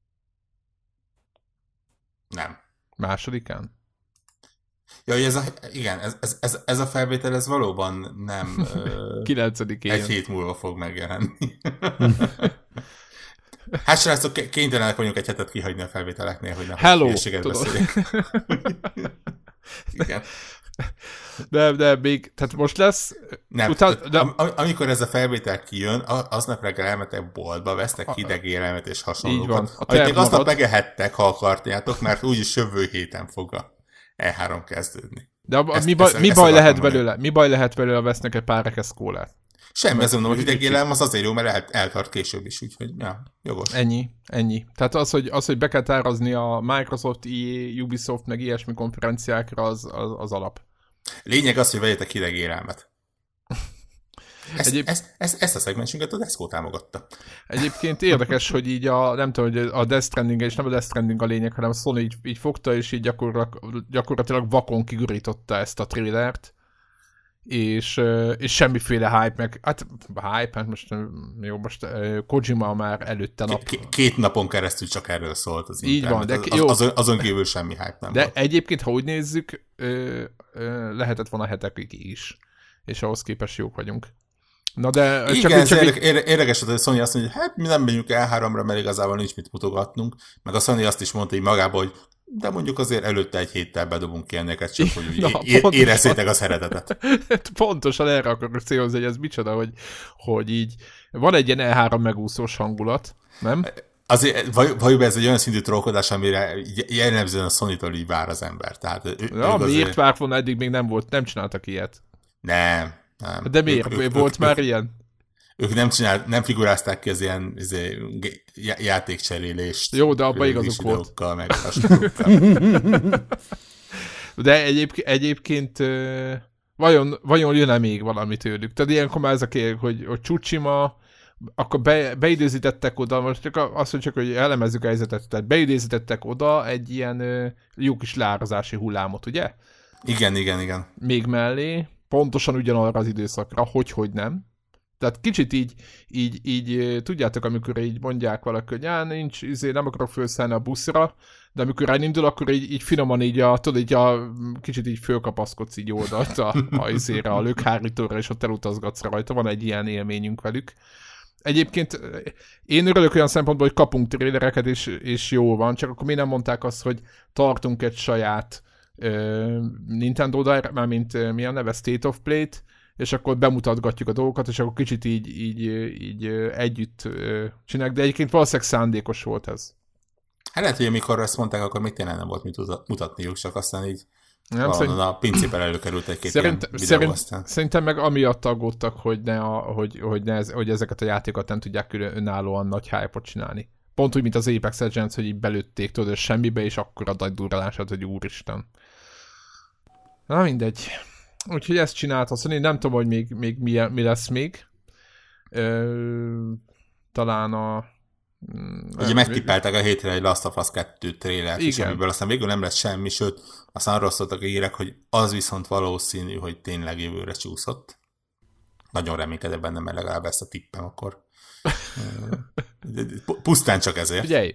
Nem. 2-án? Ja, hogy ez a felvétel, ez valóban nem 9-én. egy hét múlva fog megjelenni. Hát srácok, kénytelenek vagyunk egy hetet kihagyni a felvételeknél, hogy nem hülyeséget beszéljük. Igen. De még, tehát most lesz... Nem, amikor ez a felvétel kijön, aznap reggel elmentek boltba, vesztek hideg élelmet és hasonlókat. Amit még aznap megehettek, ha akarjátok, mert úgyis jövő héten fog a E3 kezdődni. De mi baj lehet belőle? Mi baj lehet belőle, vesznek egy pár rekesz kólát? Semmi, azt mondom, hogy hideg élelem az azért jó, mert eltart később is, úgyhogy ja, jogos. Ennyi. Tehát az, hogy be kell tárazni a Microsoft, EA, Ubisoft, meg ilyesmi konferenciákra, az alap. Lényeg az, hogy vegyetek hideg élelmet. Ezt a szegmensünket a Desco támogatta. Egyébként érdekes, hogy így nem tudom, hogy a Death Stranding, és nem a Death Stranding a lényeg, hanem a Sony így fogta, és így gyakorlatilag vakon kigurította ezt a trailert, és semmiféle hype, meg hát most Kojima már előtte nap. 2 napon keresztül csak erről szólt az így internet. Van, de azon kívül semmi hype nem de volt. egyébként, ha úgy nézzük, lehetett volna hetekig is, és ahhoz képest jók vagyunk. Na de igen, érdekes, hogy a Sony azt mondja, hogy hát mi nem megyünk E3-ra, mert igazából nincs mit mutogatnunk, meg a Sony azt is mondta így magából, hogy De mondjuk azért előtte egy héttel bedobunk ilyeneket, csak hogy Na, érezzétek a szeretetet. Pontosan erre akarok célozni, hogy ez micsoda, hogy így van egy ilyen E3 megúszós hangulat, nem? Azért, valójában ez egy olyan szintű trollkodás, amire jellemzően a Sony-tól így vár az ember. Tehát miért azért... várt volna, eddig még nem csináltak ilyet? Nem. De miért? Volt már ilyen? Ők nem figurázták ki az ilyen játékcserélést. Jó, de abban igazuk volt. Meg de egyébként vajon jön-e még valami tőlük? Tehát ilyenkor már ez a kérdés, hogy Tsushima, akkor beidézítettek oda, most csak azt, hogy elemezzük a helyzetet, tehát beidézítettek oda egy ilyen jó kis leárazási hullámot, ugye? Igen. Még mellé, pontosan ugyanarra az időszakra, hogy nem. Tehát kicsit így tudjátok, amikor így mondják valaki, hogy nincs, nem akarok felszállni a buszra, de amikor elindul, akkor így finoman így kicsit így fölkapaszkodsz így oldalt a lökhárítóra, és ott elutazgatsz rajta, van egy ilyen élményünk velük. Egyébként én örülök olyan szempontból, hogy kapunk trélereket, és jó van, csak akkor mi nem mondták azt, hogy tartunk egy saját Nintendo-da, mármint mi a neve, State of Play-t, és akkor bemutatgatjuk a dolgokat, és akkor kicsit így együtt csinálják, de egyébként valószínűleg szándékos volt ez. Hát lehet, hogy amikor ezt mondták, akkor még tényleg nem volt mit mutatniuk, csak aztán így nem, a pincépen előkerült egy-két ilyen videó aztán. Szerintem meg amiatt aggódtak, hogy ezeket a játékokat nem tudják önállóan nagy hype-ot csinálni. Pont úgy, mint az Apex Legends, hogy így belőtték tudod semmibe, és akkor a nagy durralásod, hogy úristen. Na mindegy. Úgyhogy ezt csinálta Sony, nem tudom, hogy még mi lesz még. Talán ugye megtippeltek a hétre egy Last of Us 2 trélert, és amiből aztán végül nem lett semmi, sőt, aztán arról szóltak a hírek, hogy az viszont valószínű, hogy tényleg jövőre csúszott. Nagyon reménykedek benne, mert legalább ezt a tippem akkor. Pusztán csak ezért. Figyelj,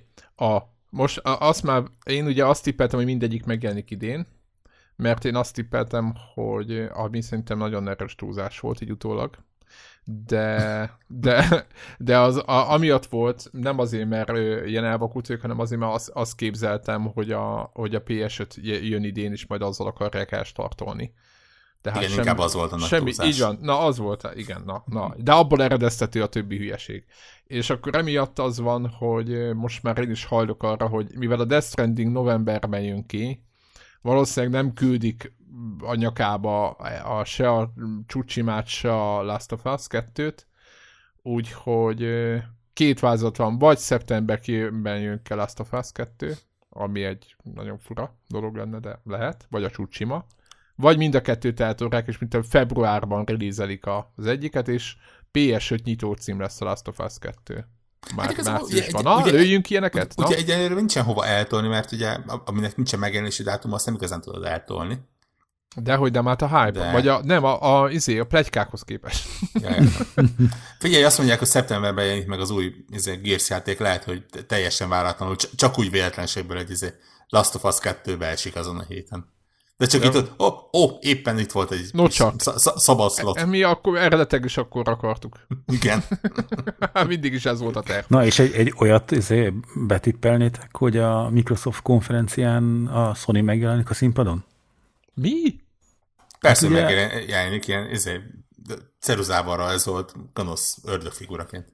én ugye azt tippeltem, hogy mindegyik megjelenik idén, mert én azt tippeltem, hogy ami szerintem nagyon erős túlzás volt így utólag, de az amiatt volt, nem azért, mert ilyen elvakult ők, hanem azért, mert azt képzeltem, hogy a PS5 jön idén, és majd azzal akarják elstartolni. Tehát igen, inkább az volt a nagy túlzás. Így van, na az volt, igen, na. De abból eredeztető a többi hülyeség. És akkor emiatt az van, hogy most már én is hajlok arra, hogy mivel a Death Stranding novemberben jön ki, valószínűleg nem küldik a nyakába se a Tsushimát, se a Last of Us 2-t, úgyhogy két változat van, vagy szeptemberben jön ki a Last of Us 2, ami egy nagyon fura dolog lenne, de lehet, vagy a Tsushima, vagy mind a kettőt eltolják, és mint februárban releaselik az egyiket, és PS5 nyitó cím lesz a Last of Us 2. Márciusban. Lőjünk ilyeneket? Ugye egyelőre nincsen hova eltolni, mert ugye aminek nincsen megjelenési dátum, azt nem igazán tudod eltolni. Dehogy nem, hát a hype. Vagy a pletykákhoz képest. Figyelj, azt mondják, hogy szeptemberben jelenik meg az új Gears játék, lehet, hogy teljesen váratlanul, csak úgy véletlenségből egy Last of Us 2-be esik azon a héten. De csak itt, éppen itt volt egy szabad slot. Mi akkor eredetileg is akkor akartuk. Igen. Mindig is ez volt a terv. Na, és egy olyat betippelnétek, hogy a Microsoft konferencián a Sony megjelenik a színpadon? Mi? Persze, hát megjelenik ilyen ceruzával rajzolt gonosz ördögfiguraként.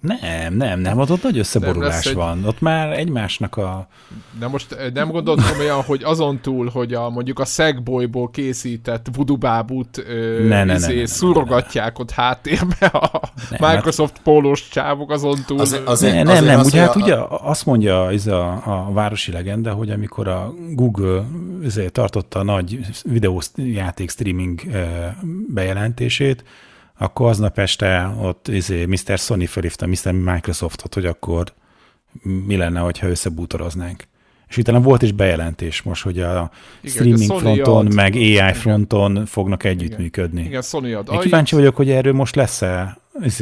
Nem, ott nagy összeborulás van. Ott már egymásnak a... De most nem gondoltam olyan, hogy azon túl, hogy mondjuk a Sackboyból készített Voodoo Bábút szurrogatják ott háttérbe a Microsoft pólós csávok azon túl. Nem, ugye azt mondja a városi legenda, hogy amikor a Google tartotta a nagy videójáték streaming bejelentését, akkor aznap este ott Mr. Sony felhívta Mr. Microsoftot, hogy akkor mi lenne, hogyha összebútoroznánk. És utána volt is bejelentés most, hogy a streaming fronton, meg AI fronton fognak együttműködni. Igen, Sony ad. Én kíváncsi vagyok, hogy erről most lesz-e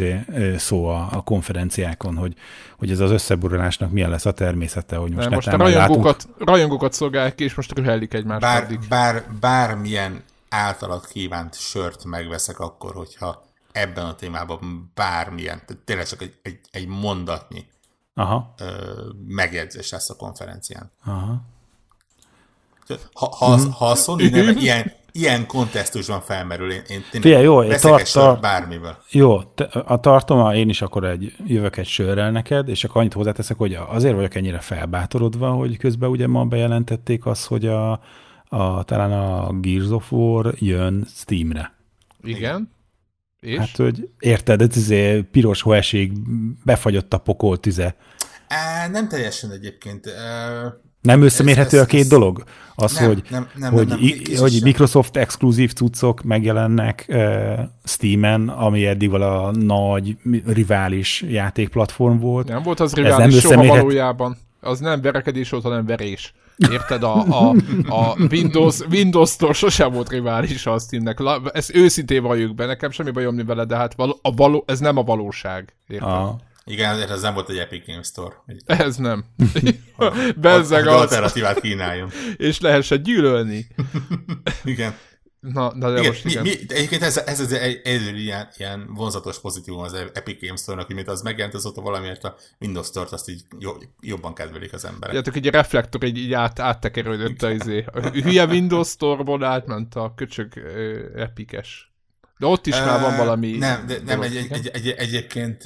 szó a konferenciákon, hogy ez az összeburulásnak milyen lesz a természete, hogy most most a rajongókat szolgálják ki, és most rühellik egymást. Bármilyen általad kívánt sört megveszek akkor, hogyha ebben a témában bármilyen, tényleg csak egy mondatnyi megjegyzés lesz a konferencián. Aha. Ha a Sony neve ilyen kontextusban felmerül, én Figyelj, jó, veszek egy sört bármiből. Jó, a tartom, én is akkor jövök egy sörrel neked, és akkor annyit hozzáteszek, hogy azért vagyok ennyire felbátorodva, hogy közben ugye ma bejelentették azt, hogy talán a Gears of War jön Steamre. Igen. És? Hát, hogy érted, ez piros hóeség, befagyott a pokol tüze. Nem teljesen egyébként. Nem összemérhető a két dolog? Az, nem, hogy Microsoft exkluzív cuccok megjelennek Steamen, ami eddig vala nagy rivális játékplatform volt. Nem volt az rivális soha valójában. Az nem verekedés volt, hanem verés. Érted? A Windows-tól sosem volt rivális a Steamnek. Ezt őszintén valljuk be, nekem semmi bajom vele, de hát ez nem a valóság. Érted? Igen, ezért ez nem volt egy Epic Games Store. Ez nem. Bezzeg az. Alternatívát kínáljon. És lehessen gyűlölni. Igen. De igen, most igen. Egyébként ez egy ilyen vonzatos pozitívum az Epic Games Store-nak, mint az megjelent, azóta valamiért a Windows Store-t azt így jobban kedvelik az emberek. Tudjátok, így a reflektor így áttekerődött a hülye Windows Store-ból átment a köcsög Epic-es. De ott is már van valami... Nem, egyébként...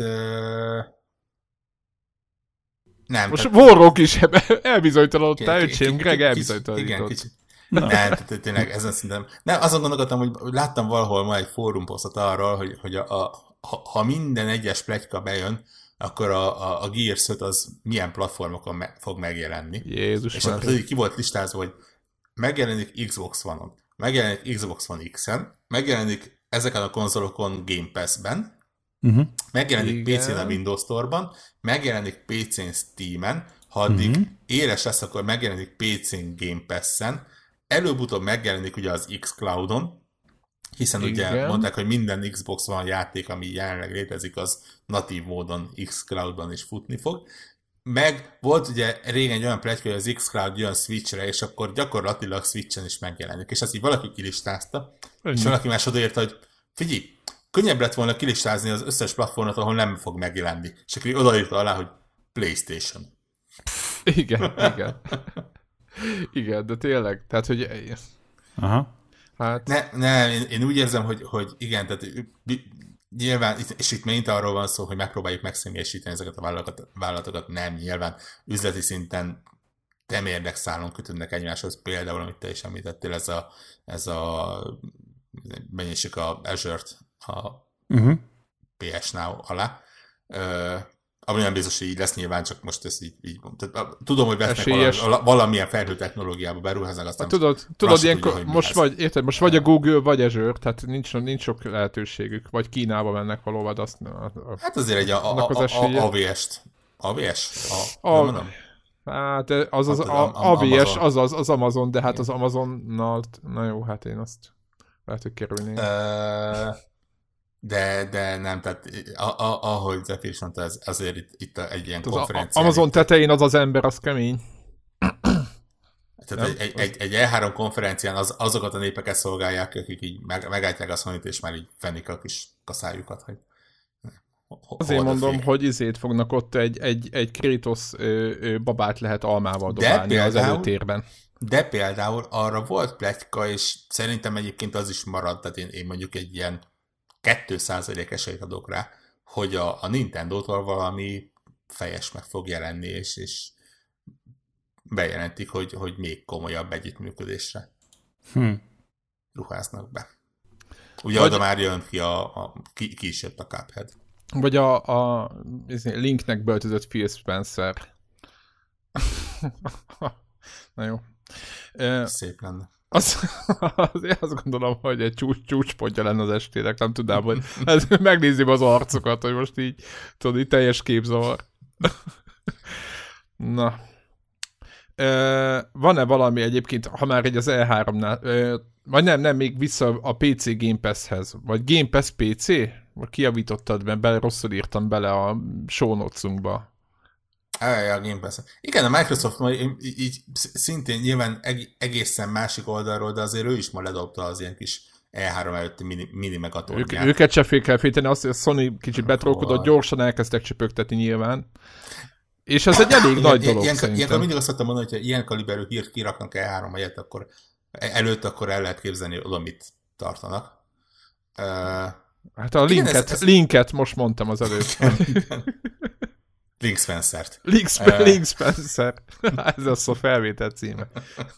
Nem. Most Warrock is elbizonytalanodtál, öcsém, Greg elbizonytalanított. Igen, kicsit. Nem, tényleg ezen szinten. Nem, azon gondolkodtam, hogy láttam valahol ma egy fórumposztot arról, hogy ha minden egyes pletyka bejön, akkor a Gears 5 az milyen platformokon fog megjelenni. Jézus. És akkor ki volt listázva, hogy megjelenik Xbox One-on, megjelenik Xbox One X-en, megjelenik ezeken a konzolokon Game Pass-ben, megjelenik PC-n a Windows Store-ban, megjelenik PC-n Steam-en, ha addig éles lesz, akkor megjelenik PC-n Game Pass-en, előbb-utóbb megjelenik ugye az xCloud-on, hiszen ugye mondták, hogy minden Xbox One játék, ami jelenleg létezik, az natív módon xCloud-ban is futni fog. Meg volt ugye régen egy olyan pletyka, hogy az xCloud jön Switchre, és akkor gyakorlatilag Switchen is megjelenik. És azt így valaki kilistázta, és valaki más odaírta, hogy figyelj, könnyebb lett volna kilistázni az összes platformot, ahol nem fog megjelenni. És akkor odaírta alá, hogy PlayStation. Igen. Igen, de tényleg, tehát, hogy... Aha. Hát... Én úgy érzem, hogy igen, tehát nyilván, és itt megint arról van szó, hogy megpróbáljuk megszemélyesíteni ezeket a vállalatokat, nem nyilván üzleti szinten nem érdekszálon kötődnek egymáshoz, például, amit te is említettél, ez a mennyiség a Azure-t a PS Now alá. Ami nem biztos, hogy így lesz nyilván, csak most ezt így tudom, hogy vesznek valamilyen felhő technológiába beruháznak, aztán tudod ilyenkor, most vagy a Google, vagy Azure, tehát nincs sok lehetőségük, vagy Kínába mennek valóban, azt... Hát azért egy AWS-t. AWS? Nem hát az AWS, az Amazon, de hát az Amazonnal... Na jó, hát én azt lehet, hogy kerülnék. De nem, tehát ahogy Zephyr is mondta, azért itt egy ilyen konferencia. Amazon tetején az ember, az kemény. Tehát egy E3 konferencián azokat a népeket szolgálják, akik így megállják a Sony-t, és már így fennik a kis kaszájukat, hogy azért mondom, hogy izét fognak ott egy Kratos babát lehet almával dobálni az előtérben. De például arra volt pletyka, és szerintem egyébként az is maradt, tehát én mondjuk egy ilyen 2% esélyt adok rá, hogy a Nintendo-tól valami fejes meg fog jelenni, és bejelentik, hogy még komolyabb együttműködésre ruháznak be. Ugye oda már jön ki is jött a Cuphead. Vagy a Linknek beöltözött Phil Spencer. Na jó. Szép lenne. Azért azt gondolom, hogy egy csúcspontja lenne az estének, nem tudnám, hogy megnézzük az arcokat, hogy most így, tudod, így teljes képzavar. Na. Van-e valami egyébként, ha már egy az E3-nál, vagy nem, még vissza a PC Game Pass-hez, vagy Game Pass PC? Vagy kijavítottad, mert rosszul írtam bele a show notes-unkba. A Game Pass. Igen, a Microsoft így szintén nyilván egészen másik oldalról, de azért ő is ma ledobta az ilyen kis E3 előtti mini megatonját. Őket se kell félteni, azt, hogy a Sony kicsit betrókodott, gyorsan elkezdtek csöpögtetni nyilván. És ez egy elég nagy dolog szerintem. Ilyenkor mindig azt szoktam mondani, hogyha ilyen kaliberű hírt kiraknak E3 helyet, akkor akkor el lehet képzelni, oda mit tartanak. Hát a linket most mondtam az előbb. Link Spencer-t. Link Spencer. Ez a szó felvételt címe.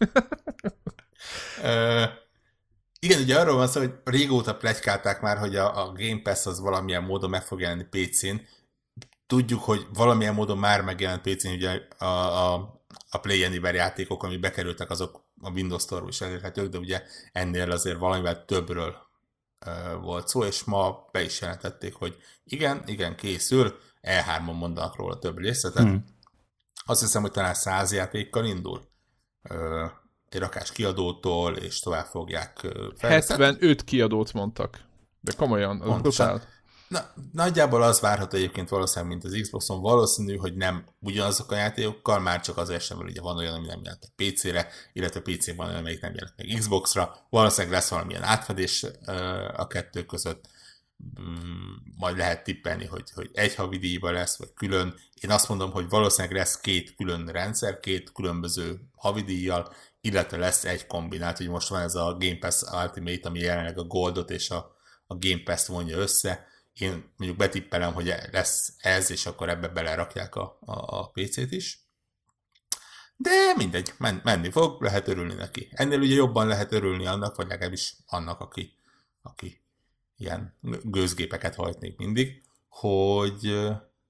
Igen, ugye arról van szó, hogy régóta pletykálták már, hogy a Game Pass az valamilyen módon meg fog jelenni PC-n. Tudjuk, hogy valamilyen módon már megjelent PC-n, ugye a Play Anywhere játékok, ami bekerültek, azok a Windows Store-ról is elérhetők, de ugye ennél azért valamivel többről volt szó, és ma be is jelentették, hogy igen, készül, E3-on mondanak róla több részletet. Azt hiszem, hogy talán 100 játékkal indul. Egy rakás kiadótól, és tovább fogják fejleszteni. 75 kiadót mondtak. De komolyan, az brutál. Nagyjából az várható egyébként valószínűleg, mint az Xboxon, valószínű, hogy nem ugyanazok a játékokkal, már csak azért sem, mert ugye van olyan, ami nem jelent a PC-re, illetve PC-n van olyan, amelyik nem jelent meg Xbox-ra, valószínűleg lesz valamilyen átfedés a kettő között, majd lehet tippelni, hogy egy havidíjban lesz, vagy külön. Én azt mondom, hogy valószínűleg lesz 2 külön rendszer, 2 különböző havidíjjal, illetve lesz egy kombinált, hogy most van ez a Game Pass Ultimate, ami jelenleg a Goldot és a Game Pass-t vonja össze. Én mondjuk betippelem, hogy lesz ez, és akkor ebbe belerakják a PC-t is. De mindegy, menni fog, lehet örülni neki. Ennél ugye jobban lehet örülni annak, vagy legalábbis annak, aki ilyen gőzgépeket hajtnék mindig, hogy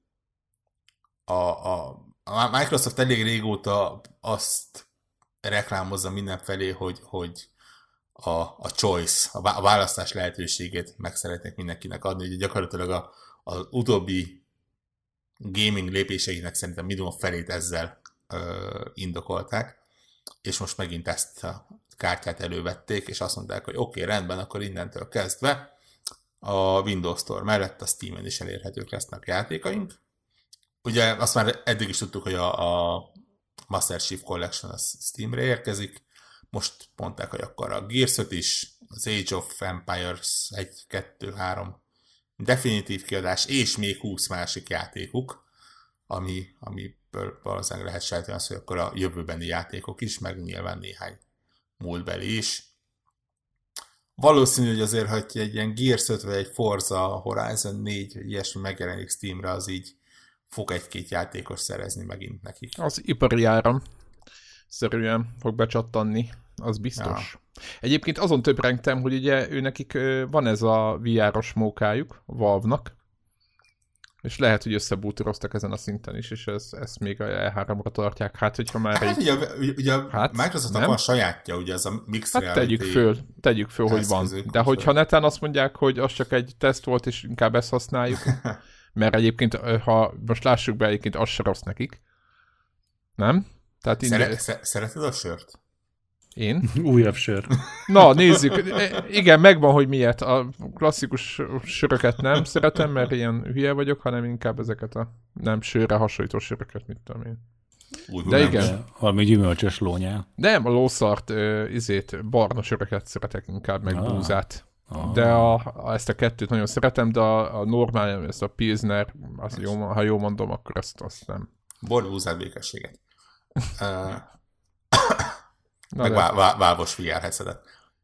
a Microsoft elég régóta azt reklámozza mindenfelé, hogy a choice, a választás lehetőségét meg szeretnék mindenkinek adni. Ugye gyakorlatilag az utóbbi gaming lépéseinek szerintem minimum felét ezzel indokolták, és most megint ezt a kártyát elővették, és azt mondták, hogy oké, rendben, akkor innentől kezdve a Windows Store mellett a Steam-en is elérhetők lesznek játékaink. Ugye azt már eddig is tudtuk, hogy a Master Chief Collection az Steamre érkezik, most mondták, hogy akkor a Gears 5 is, az Age of Empires 1, 2, 3 definitív kiadás, és még 20 másik játékuk, amiből valószínűleg lehet sejteni azt, hogy akkor a jövőbeni játékok is, meg nyilván néhány múltbeli is. Valószínű, hogy azért, hogy egy ilyen Gears 5 vagy egy Forza Horizon 4, vagy ilyesmi megjelenik Steamre, az így fog egy-két játékos szerezni megint nekik. Az ipari áram szerűen fog becsattanni, az biztos. Ja. Egyébként azon töprengtem, hogy ugye nekik van ez a VR-os mókájuk, a Valve-nak, és lehet, hogy összebútoroztak ezen a szinten is, és ezt még a E3-ra tartják. Hát, hogyha már egy... ugye Microsoftnak van sajátja, ugye ez a Mixed Reality. Hát tegyük föl, hogy van. De hogyha netán azt mondják, hogy az csak egy teszt volt, és inkább ezt használjuk, mert egyébként, ha most lássuk be, egyébként az se rossz nekik. Nem? Tehát Szereted a sört? Én? Újabb sör. Na, nézzük. Igen, megvan, hogy miért. A klasszikus söröket nem szeretem, mert ilyen hülye vagyok, hanem inkább ezeket a nem sörre hasonlító söröket, mit tudom én. De igen. Valami gyümölcsös lónyál. Nem, a lószart, barna söröket szeretek inkább, meg búzát. De ezt a kettőt nagyon szeretem, de a normál, ezt a Pilsner, ha jól mondom, akkor azt nem. Bor, búzát, békességet. Meg válvos VR headsetet.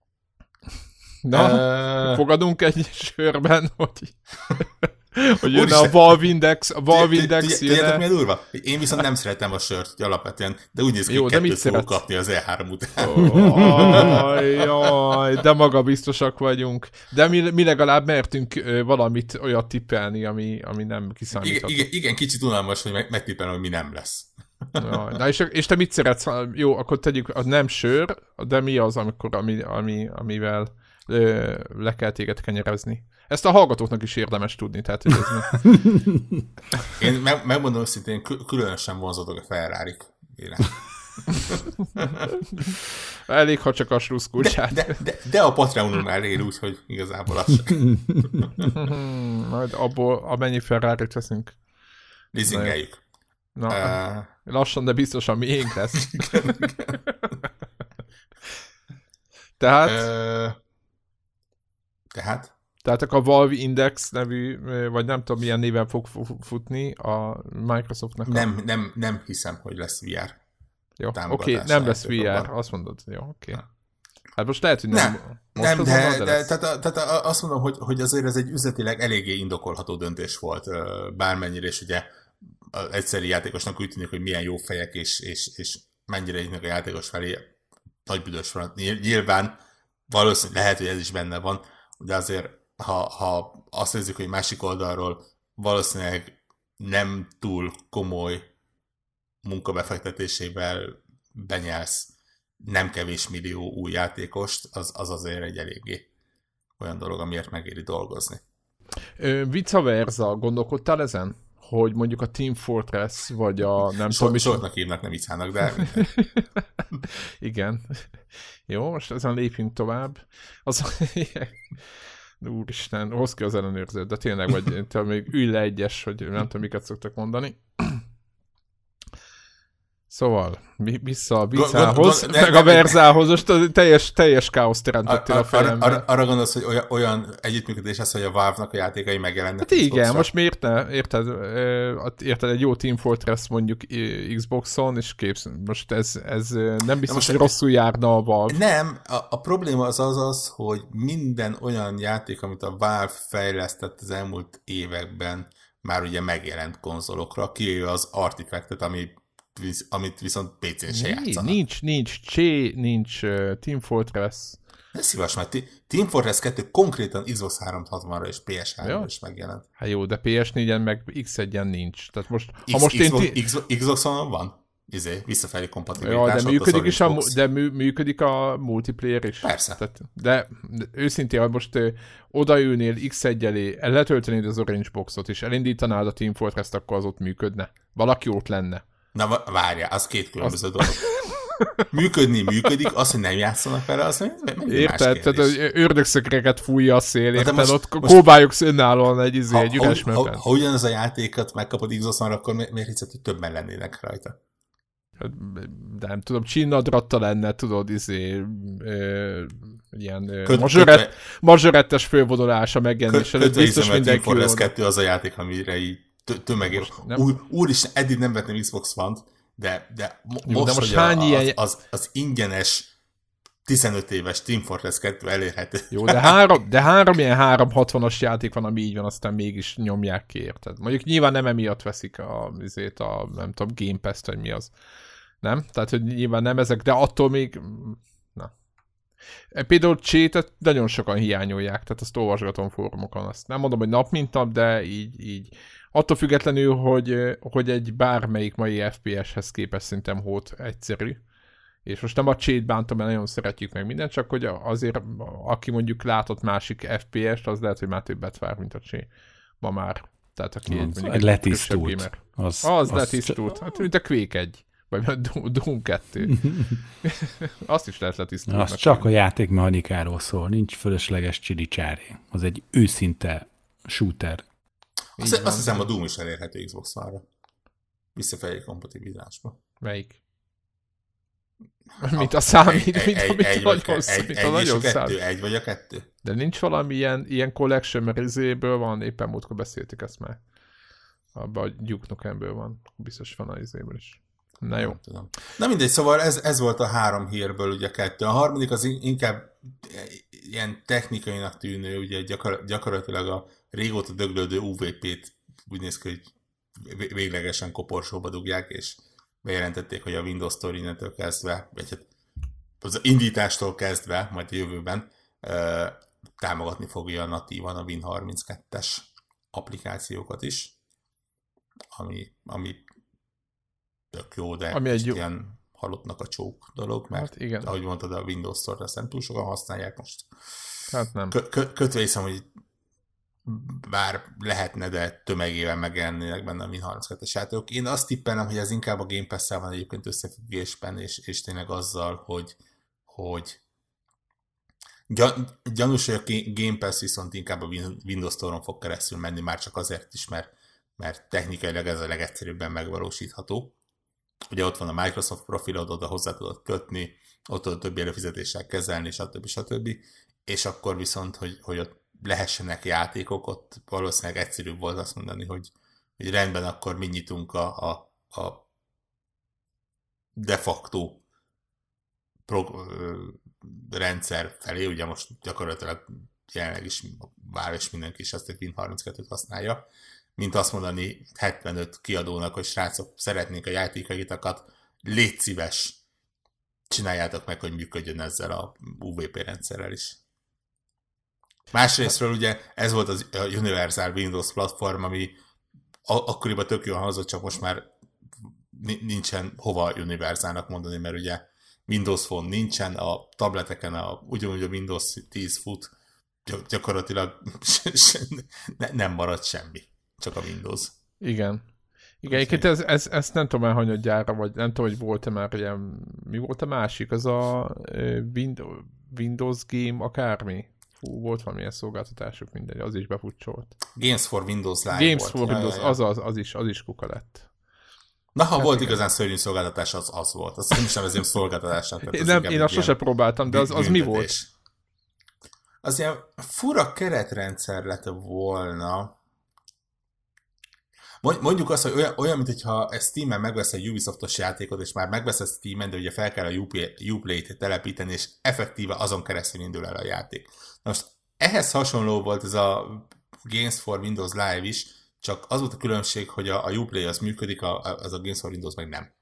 Na, fogadunk egy sörben, hogy jön a Valve Index, Tudjátok, milyen durva? Én viszont nem szeretem a sört alapvetően, de úgy néz ki, hogy kettőt fogok kapni az E3 után. Jaj, de magabiztosak vagyunk. De mi legalább mertünk valamit olyat tippelni, ami nem kiszámítható. Igen, kicsit unalmas, hogy megtippelem, hogy mi nem lesz. Na, és te mit szeretsz? Jó, akkor tegyük, a nem sör, de mi az, amivel le kell téged kenyerezni? Ezt a hallgatóknak is érdemes tudni, tehát ez Én megmondom őszintén, különösen vonzódok a Ferrarik. Elég, ha csak a sluszkulcsát. De a Patreonon elér, úgyhogy igazából az csak. Majd abból amennyi Ferrarit veszünk. Leasingeljük. Na, lassan, de biztosan miénk lesz. Tehát? Tehát? Tehát a Valve Index nevű, vagy nem tudom milyen néven fog futni a Microsoftnak. Nem hiszem, hogy lesz VR. Jó, oké, nem lesz VR, azt mondod. Jó, oké. Hát most lehet, hogy nem. Tehát azt mondom, hogy azért ez egy üzletileg eléggé indokolható döntés volt, bármennyire, és ugye egyszerű játékosnak úgy tűnik, hogy milyen jó fejek, és mennyire nyitnak a játékos felé nagy büdös van. Nyilván valószínűleg lehet, hogy ez is benne van, de azért, ha azt nézzük, hogy másik oldalról valószínűleg nem túl komoly munkabefektetésével benyelsz nem kevés millió új játékost, az azért egy eléggé olyan dolog, amiért megéri dolgozni. Vice versa, gondolkodtál ezen? Hogy mondjuk a Team Fortress, vagy a nem tudom... Sortnak hívnak, nem vicának, de... Igen. Jó, most ezen lépjünk tovább. Úristen, hoz ki az ellenőrzőt, de tényleg, vagy te még ülj le egyes, hogy nem tudom, miket szoktak mondani. Szóval, vissza a Vizához, meg a Verzához, most teljes káoszt teremtettél a fejemben. Arra gondolsz, hogy olyan együttműködés ez, hogy a Valve-nak a játékai megjelennek? Hát igen, most miért ne? Érted, egy jó Team Fortress mondjuk Xboxon, és képsz, most ez nem biztos, hogy rosszul járna a Valve. Nem, a probléma az, hogy minden olyan játék, amit a Valve fejlesztett az elmúlt években, már ugye megjelent konzolokra, kivéve az Artifactet, amit viszont PC-n se játszanak. Nincs Team Fortress. Ne szívas, mert Team Fortress 2 konkrétan Xbox 360-ra és PS3-ra is megjelent. Hát jó, de PS4-en meg X1-en nincs. Tehát most, Xboxon van? Visszafelé Ja, kompatibilitás. de működik a multiplayer is. Persze. Tehát, de őszintén, ha most odaülnél X1 elé, letöltenéd az Orange Boxot, és elindítanád a Team Fortress-t, akkor az ott működne. Valaki ott lenne. Na várjál, az két különböző dolog. Működik, az, hogy nem játszanak vele, az érted, tehát ördögszökreket fújja a szél, érted, ott kóbályogsz önállóan egy üres mögben. Ha ugyanaz a játékot megkapod Xboxon, akkor miért hiszed, hogy többen lennének rajta? De nem tudom, csinnadratta lenne, tudod, ilyen mazsorettes fölvonulása megjelenése. Biztos mindenki Team Fortress 2 az a játék, amire így tömegés. Úristen, eddig nem vettem Xbox One-t, de most hány ilyen... az ingyenes 15 éves Team Fortress 2 elérhető. Jó, de három ilyen 360-as játék van, ami így van, aztán mégis nyomják ki, érted? Mondjuk nyilván nem emiatt veszik a nem tudom, Game Pass-t, vagy mi az. Nem? Tehát, hogy nyilván nem ezek, de attól még... Na. Például Cheat-et nagyon sokan hiányolják, tehát azt olvasgatom fórumokon. Azt nem mondom, hogy nap mint nap, de így. Attól függetlenül, hogy egy bármelyik mai FPS-hez képest szerintem hót egyszerű. És most nem a Cheat bántom, mert nagyon szeretjük meg mindent, csak hogy azért, aki mondjuk látott másik FPS-t, az lehet, hogy már többet vár, mint a Cheat. Ma már. Tehát aki egy letisztult. Az letisztult. Hát, mint a Quake 1. Vagy a Doom 2. Azt is lehet letisztulni. Az csak a játékmechanikáról szól, nincs fölösleges csili-csári. Az egy őszinte shooter. Azt hiszem, a Doom is elérhető Xbox One-ra. Visszafelé kompatibilitásba. Melyik? Mint a számít, nagyon számít. Egy vagy a kettő. De nincs valami ilyen collection, mert izéből van, éppen múltkor beszéltük ezt már. Abban a Duke Nukemből van. Biztos van a izéből is. Na jó. Tudom. Na mindegy, szóval ez volt a 3 hírből ugye 2. A harmadik az inkább ilyen technikainak tűnő, ugye gyakorlatilag a régóta döglődő UVP-t úgy néz ki, hogy véglegesen koporsóba dugják, és bejelentették, hogy a Windows Store innentől kezdve, vagy hát az indítástól kezdve, majd a jövőben támogatni fogja natívan a Win32-es applikációkat is, ami tök jó, de ilyen halottnak a csók dolog, mert hát igen. Ahogy mondtad, a Windows Store-t azt nem túl sokan használják most. Hát nem. Kötve hiszem, hogy bár lehetne, de tömegében megjelennének benne a Win32-es játékok. Én azt tippelem, hogy ez inkább a Game Pass-szel van egyébként összefüggésben, és tényleg azzal, hogy gyanús, hogy a Game Pass viszont inkább a Windows Store-on fog keresztül menni, már csak azért is, mert technikailag ez a legegyszerűbben megvalósítható. Ugye ott van a Microsoft profilod, oda hozzá tudod kötni, ott tudod többi előfizetéssel kezelni, stb. És akkor viszont, hogy ott lehessenek játékok, ott valószínűleg egyszerűbb volt azt mondani, hogy rendben, akkor mi nyitunk a de facto rendszer felé, ugye most gyakorlatilag jelenleg is vár, és mindenki is ezt a Win32-t használja, mint azt mondani 75 kiadónak, hogy srácok, szeretnénk a játékaitokat, légy szíves, csináljátok meg, hogy működjön ezzel a UVP rendszerrel is. Másrésztről ugye ez volt az Universal Windows platform, ami akkoriban tök jól hangzott, csak most már nincsen hova Universalnak mondani, mert ugye Windows Phone nincsen, a tableteken ugyanúgy a Windows 10 fut, gyakorlatilag nem marad semmi, csak a Windows. Igen. Igen, egyébként ezt nem tudom elhanyadjára, vagy nem tudom, hogy volt-e már ilyen, mi volt a másik, az a Windows Game akármi? Fú, volt valamilyen szolgáltatásuk, mindegy, az is befutcsolt. Games for Windows Live Games volt. for Windows, az is kuka lett. Na, ha volt igazán szörnyű szolgáltatás, az volt. Azt nem is nevezem szolgáltatásnak. Én azt sosem próbáltam, de az mi volt? Az ilyen fura keretrendszer lett volna. Mondjuk azt, hogy olyan, mint hogyha Steam-en megvesz egy Ubisoftos játékot, és már megvesz a Steam-en, de ugye fel kell a Uplay-t telepíteni, és effektíve azon keresztül indul el a játék. Na most ehhez hasonló volt ez a Games for Windows Live is, csak az volt a különbség, hogy a Uplay az működik, az a Games for Windows meg nem.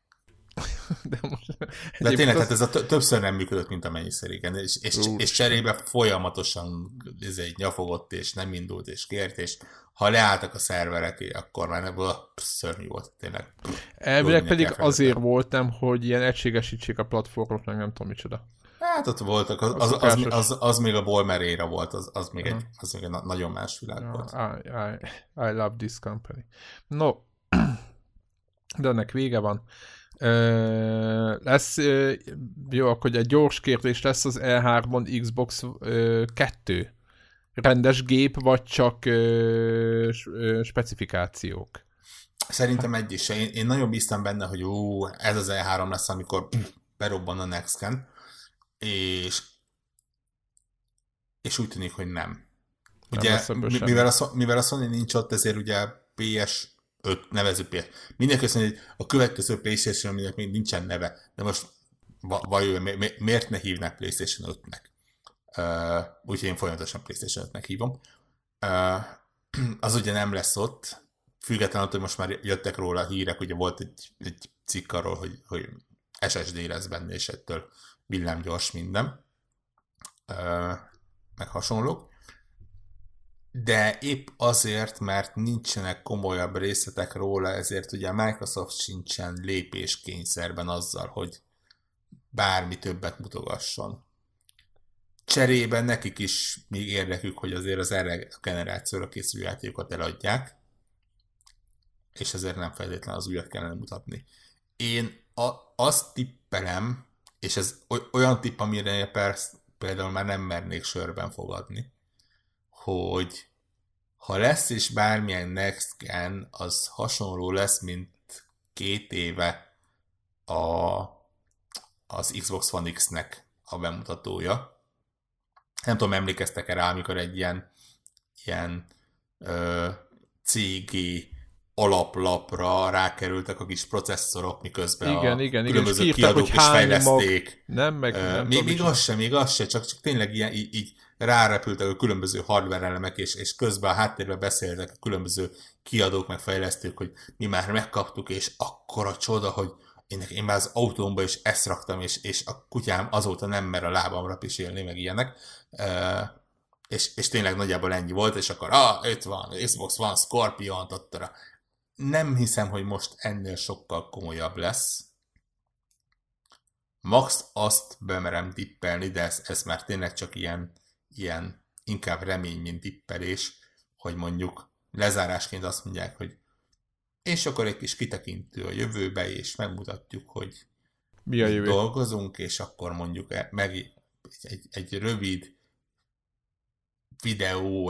De tényleg, hát ez többször nem működött, mint amennyiszer, igen, és cserébe folyamatosan nyafogott, és nem indult, és kért, és ha leálltak a szerverek, akkor már ebből szörnyű volt, tényleg. Elvileg pedig azért volt, nem, hogy ilyen egységesítsék a platformot, meg nem tudom micsoda. Hát ott voltak, az még a Bolmeréra volt, az még egy nagyon más világ volt. I love this company. No, de ennek vége van. Lesz, jó, akkor egy gyors kérdés, lesz az E3-on Xbox 2? Rendes gép, vagy csak specifikációk? Szerintem egy is. Én nagyon bíztam benne, hogy ez az E3 lesz, amikor berobban a Next Gen, és úgy tűnik, hogy nem. Ugye, mivel a Sony nincs ott, ezért ugye PS5 nevező PS. Mindenki azt mondja, hogy a következő PlayStation, aminek még nincsen neve, de most vajon miért ne hívnák PlayStation 5-nek? Úgyhogy én folyamatosan PlayStation 5-nek hívom. Az ugye nem lesz ott, függetlenül, hogy most már jöttek róla hírek, ugye volt egy cikk arról, hogy SSD lesz benne, és ettől villámgyors minden, meg hasonlók. De épp azért, mert nincsenek komolyabb részletek róla, ezért ugye a Microsoft sincsen lépéskényszerben azzal, hogy bármi többet mutogasson. Cserében nekik is még érdekük, hogy azért az erre a generációra készülő játékokat eladják, és ezért nem feltétlenül az újat kellene mutatni. Én azt tippelem, és ez olyan tipp, amire például már nem mernék sörben fogadni, hogy ha lesz is bármilyen Next Gen, az hasonló lesz, mint 2 éve az Xbox One X-nek a bemutatója. Nem tudom, emlékeztek-e rá, amikor egy ilyen CG alaplapra rákerültek a kis processzorok, miközben különböző kiadók is fejleszték. Még az se, csak tényleg ilyen, így rárepültek a különböző hardware elemek, és közben a háttérben beszéltek a különböző kiadók meg fejlesztők, hogy mi már megkaptuk, és akkora csoda, hogy én már az autómba is ezt raktam, és a kutyám azóta nem mer a lábamra pisélni, meg ilyenek. És tényleg nagyjából ennyi volt, és akkor itt van, Xbox One, Scorpion, tattara. Nem hiszem, hogy most ennél sokkal komolyabb lesz. Max azt bemerem tippelni, de ez már tényleg csak ilyen inkább remény, mint tippelés, hogy mondjuk lezárásként azt mondják, hogy és akkor egy kis kitekintő a jövőbe, és megmutatjuk, hogy mi a jövő? Dolgozunk, és akkor mondjuk meg egy rövid videó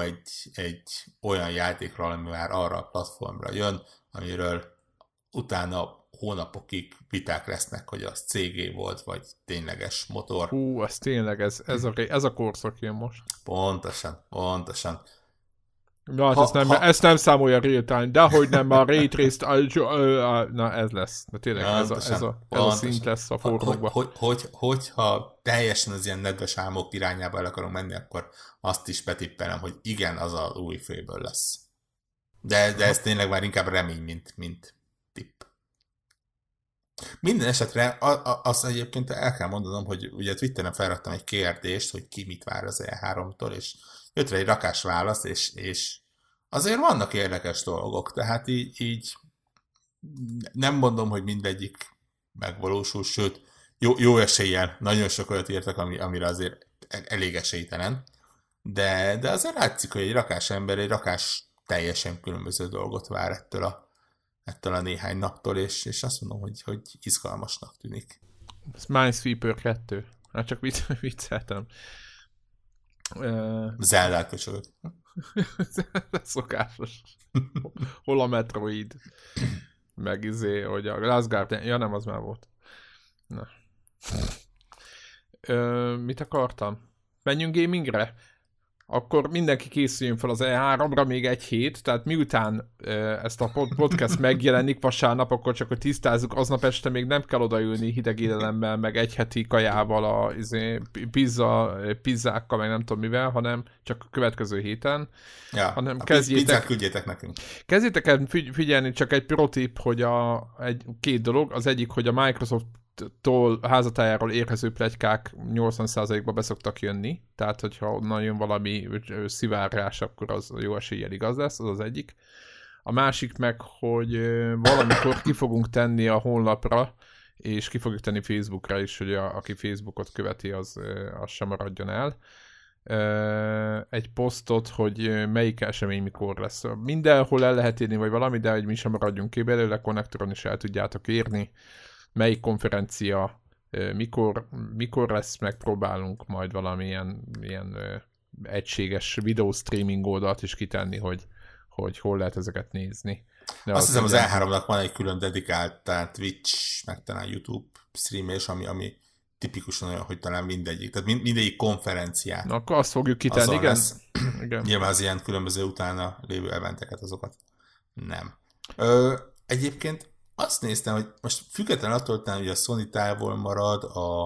egy olyan játékról, ami már arra a platformra jön, amiről utána hónapokig viták lesznek, hogy az CG volt, vagy tényleges motor. Hú, ez tényleg, ez a korszak jön most. Pontosan. Na, hát ezt nem számolja real time, de hogy nem a Ray Traced, na ez lesz. De tényleg ez a szint lesz a forrókban. Hogyha teljesen az ilyen nedves álmok irányába el akarunk menni, akkor azt is betippelem, hogy igen, az az új Fable lesz. De ez tényleg már inkább remény, mint tipp. Minden esetre azt egyébként el kell mondanom, hogy ugye Twitteren felraktam egy kérdést, hogy ki mit vár az E3-tól, és jött rá egy rakás válasz, és azért vannak érdekes dolgok, tehát így nem mondom, hogy mindegyik megvalósul, sőt, jó eséllyel nagyon sok olyat írtak, amire azért elég esélytelen, de azért látszik, hogy egy rakás ember, egy rakás teljesen különböző dolgot vár ettől a néhány naptól, és azt mondom, hogy izgalmasnak tűnik. Ez Minesweeper 2. Hát csak vicceltem. Zelda köcsögök. Szokásos. Hol a Metroid? Meg hogy a Last Guardian. Ja nem, az már volt. Na. Mit akartam? Menjünk gamingre? Akkor mindenki készüljön fel az E3-ra még egy hét, tehát miután ezt a podcast megjelenik vasárnap, akkor csak hogy tisztázzuk, aznap este még nem kell odaülni hideg élelemmel, meg egy heti kajával, pizzákkal, meg nem tudom mivel, hanem csak a következő héten. Ja, hanem pizzát küldjétek nekünk. Kezdjétek el figyelni, csak egy protip, hogy két dolog. Az egyik, hogy a Microsoft-tól házatájáról érkező pletykák 80%-ba beszoktak jönni, tehát hogyha onnan jön valami szivárgás, akkor az jó eséllyel igaz lesz, az egyik. A másik meg, hogy valamikor ki fogunk tenni a honlapra, és ki fogjuk tenni Facebookra is, hogy aki Facebookot követi, az sem maradjon el. Egy posztot, hogy melyik esemény mikor lesz. Mindenhol el lehet írni, vagy valami, de hogy mi sem maradjunk ki belőle, Konnektoron is el tudjátok írni, melyik konferencia mikor lesz, megpróbálunk majd valamilyen ilyen egységes videostreaming oldalt is kitenni, hogy hol lehet ezeket nézni. De azt hiszem az E3-nak van egy külön dedikált, tehát Twitch, meg talán YouTube streamés, ami tipikusan olyan, hogy talán mindegyik. Tehát mindegyik konferenciát. Na, akkor azt fogjuk kitenni, igen. Igen. Nyilván az ilyen különböző utána lévő eventeket, azokat nem. Egyébként azt néztem, hogy most független attól, hogy a Sony távol marad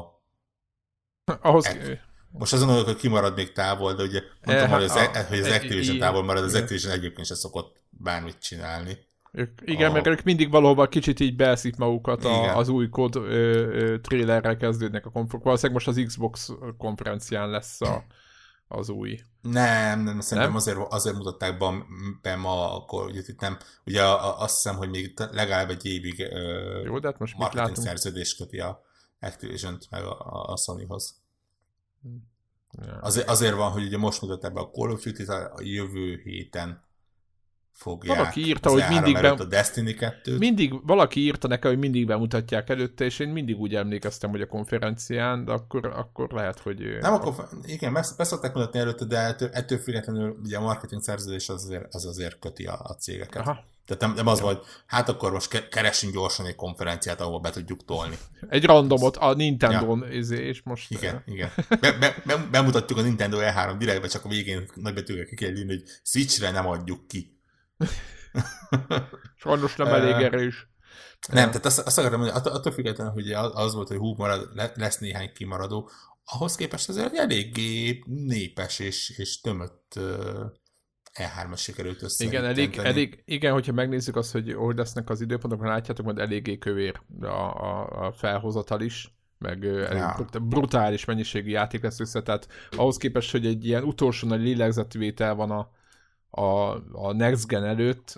most azon vagyok, hogy kimarad még távol, de ugye mondtam, hogy az Activision távol marad, az Activision egyébként se szokott bármit csinálni. Mert ők mindig valahol kicsit így beeszik magukat az új kód trailerrel kezdődnek a konferenciák. Valószínűleg most az Xbox konferencián lesz az új. Nem, szerintem azért mutatták be ma, akkor ugye itt nem, ugye azt hiszem, hogy még legalább egy évig jó, de hát most marketing szerződés köti a Activision-t meg a Sonyhoz. Ja. Azért van, hogy ugye most mutatták be a Call of Duty-t, a jövő héten fogják. Valaki írta, hogy mindig a Destiny 2-t. Valaki írta nekem, hogy mindig bemutatják előtte, és én mindig úgy emlékeztem, hogy a konferencián, de akkor lehet, hogy... Nem, akkor igen, beszokták mutatni előtte, de ettől függetlenül ugye a marketing szerződés az azért köti a cégeket. Aha. Tehát nem az van, hogy hát akkor most keressünk gyorsan egy konferenciát, ahol be tudjuk tolni. Egy randomot a Nintendo-n, és most... Igen. Bemutatjuk a Nintendo E3 direktbe, csak a végén nagybetűkkel ki kell írni, hogy Switchre nem adjuk ki. Sajnos nem elég erős. Nem, tehát azt akartam mondani, attól függetlenül, hogy az volt, hogy lesz néhány kimaradó, ahhoz képest azért eléggé népes és tömött E3-as sikerült összeállítani. Igen, hogyha megnézzük azt, hogy lesznek az időpontokon, látjátok, majd eléggé kövér a felhozatal is, meg brutális mennyiségű játék lesz össze, tehát ahhoz képest, hogy egy ilyen utolsó nagy lélegzetvétel van a Next Gen előtt.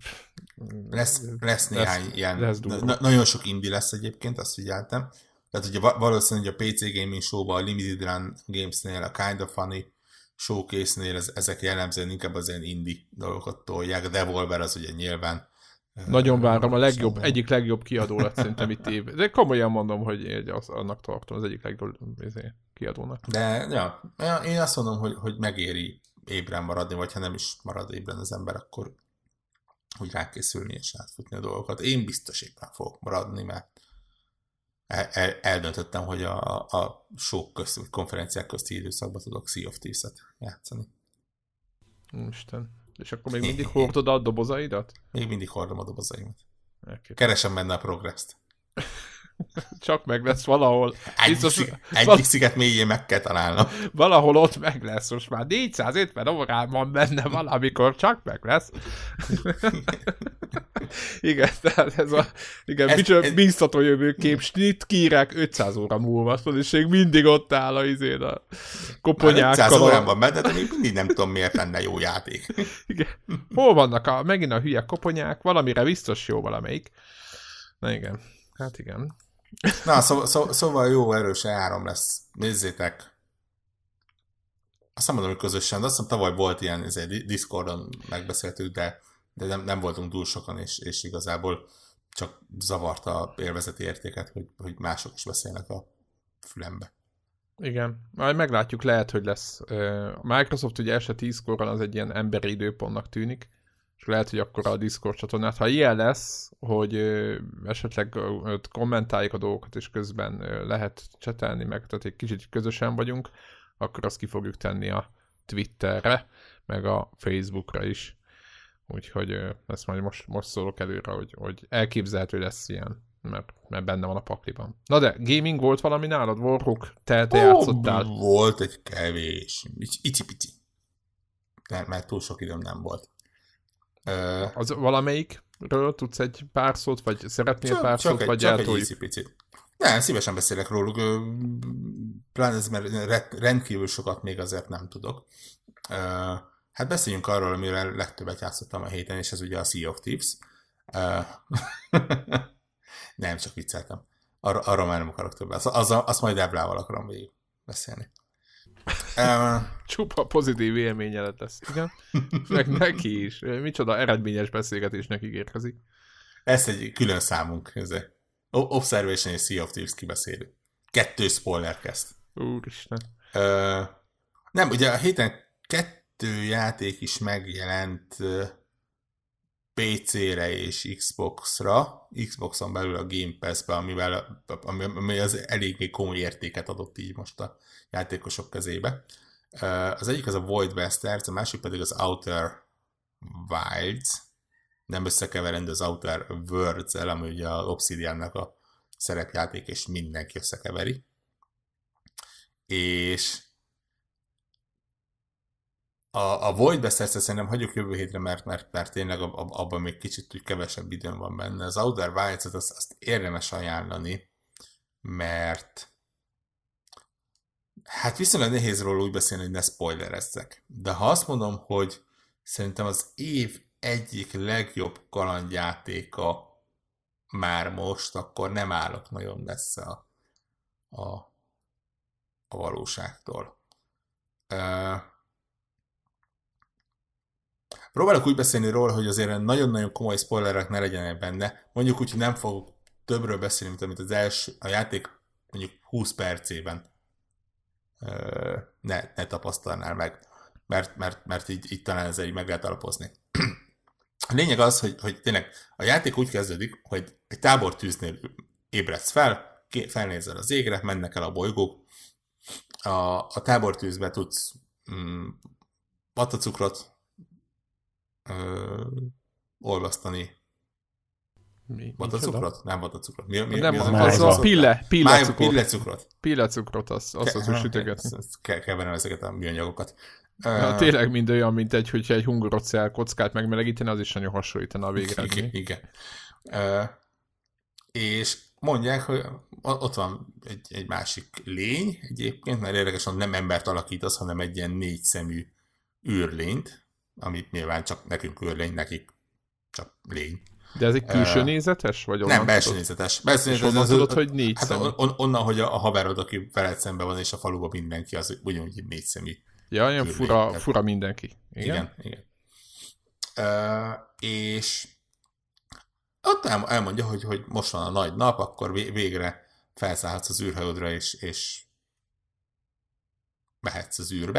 Lesz néhány ilyen, nagyon sok indie lesz egyébként, azt figyeltem. Tehát ugye valószínűleg a PC Gaming Show-ban, a Limited Run Games-nél, a Kind of Funny Showcase-nél ezek jellemzően inkább az ilyen indie dolgokat tolják. A Devolver az ugye nyilván... Nagyon várom, egyik legjobb kiadó lett szerintem itt év. De komolyan mondom, hogy annak tartom az egyik legjobb kiadónak. De ja, én azt mondom, hogy megéri ébren maradni, vagy ha nem is marad ébren az ember, akkor úgy rákészülni és átfutni a dolgokat. Én biztos éppen fogok maradni, mert eldöntöttem, hogy a show közt, konferenciák közti időszakban tudok Sea of Thieves-et játszani. Isten. És akkor még mindig hordod a dobozaidat? Még mindig hordom a dobozaimat. Elképesztő. Keresem benne a progresszt. Csak meg lesz valahol. Egyik sziget mélyén meg kell találnom. Valahol ott meg lesz, most már 450 órán van benne valamikor, csak meg lesz. Igen, tehát ez a bíztató jövőkép, snit kírák 500 óra múlva, és még mindig ott áll a koponyákkal. 500 órán van benne, de még mindig nem tudom, miért lenne jó játék. Igen. Hol vannak megint a hülye koponyák? Valamire biztos jó valamelyik. Na igen, hát igen. Na, szóval jó, erős E3 lesz. Nézzétek. Azt nem mondom, hogy közösen, de azt hiszem tavaly volt ilyen, Discordon megbeszéltük, de nem voltunk túl sokan, és igazából csak zavarta a élvezeti értéket, hogy mások is beszélnek a fülembe. Igen, majd meglátjuk, lehet, hogy lesz. A Microsoft ugye este 10-kor az egy ilyen emberi időpontnak tűnik, és lehet, hogy akkor a Discord csatornát, ha ilyen lesz, hogy esetleg kommentáljuk a dolgokat, és közben lehet csetelni, meg tehát egy kicsit közösen vagyunk, akkor azt ki fogjuk tenni a Twitterre, meg a Facebookra is. Úgyhogy ezt majd most szólok előre, hogy elképzelhető, hogy lesz ilyen, mert benne van a pakliban. Na de, gaming volt valami nálad? Warhawk, te játszottál? Volt egy kevés, icipici. Mert túl sok időm nem volt. Az valamelyikről tudsz egy pár szót, vagy szeretnél pár szót, vagy eltoljuk? Csak egy icipicit. Nem, szívesen beszélek róluk. Pláne ez, mert rendkívül sokat még azért nem tudok. Hát beszéljünk arról, amivel legtöbbet játszottam a héten, és ez ugye a Sea of Thieves. Nem, csak vicceltem. Arról már nem akarok többet. Azt majd Eblával akarom végig beszélni. Csupa pozitív élményelet lesz, igen? Meg neki is. Micsoda eredményes beszélgetésnek ígérkezik. Ez egy külön számunk. Observation és Sea of Thieves kibeszélő. 2 spoilercast. Úristen. Nem, ugye a héten 2 játék is megjelent PC-re és Xbox-ra. Xboxon belül a Game Pass-be, ami az eléggé komoly értéket adott így most a játékosok kezébe. Az egyik az a Void Bastards, a másik pedig az Outer Wilds. Nem összekeverendő az Outer Worlds-el, ami ugye az Obsidiannak a szerepjáték, és mindenki összekeveri. És a Void Bastards-et szerintem hagyjuk jövő hétre, mert tényleg abban még kicsit kevesebb időm van benne. Az Outer Wilds-et azt érdemes ajánlani, mert hát viszonylag nehéz róla úgy beszélni, hogy ne spoilerezzek. De ha azt mondom, hogy szerintem az év egyik legjobb kalandjátéka már most, akkor nem állok nagyon messze a valóságtól. Próbálok úgy beszélni róla, hogy azért nagyon-nagyon komoly spoilerek ne legyenek benne. Mondjuk úgy, hogy nem fogok többről beszélni, mint az első, a játék mondjuk 20 percében ne tapasztalnál meg, mert így talán ezzel így meg lehet alapozni. A lényeg az, hogy tényleg a játék úgy kezdődik, hogy egy tábortűznél ébredsz fel, felnézel az égre, mennek el a bolygók, a tábortűzbe tudsz vatacukrot olvasztani. Vatacukrot? Nem vatacukrot. Mi az a pillecukrot. Pillecukrot. Pillecukrot, azt sütögetni. Keverem ezeket a műanyagokat. Tényleg mind olyan, mint hogyha egy hungarocell kockát megmelegíteni, az is nagyon hasonlítana a végeredmény. Igen. És mondják, hogy ott van egy másik lény egyébként, mert érdekesen nem embert alakítasz, hanem egy ilyen 4 szemű űrlényt, amit nyilván csak nekünk űrlény, nekik csak lény. De ez egy külső nézetes? Vagy nem, belső nézetes. És onnan tudod, hogy 4 szemű? Onnan, hogy a haverod, aki veled szemben van, és a faluban mindenki, az ugyanúgy 4 szemű. Ja, olyan fura mindenki. Igen. És ott elmondja, hogy most van a nagy nap, akkor végre felszállhatsz az űrhajódra, és mehetsz az űrbe.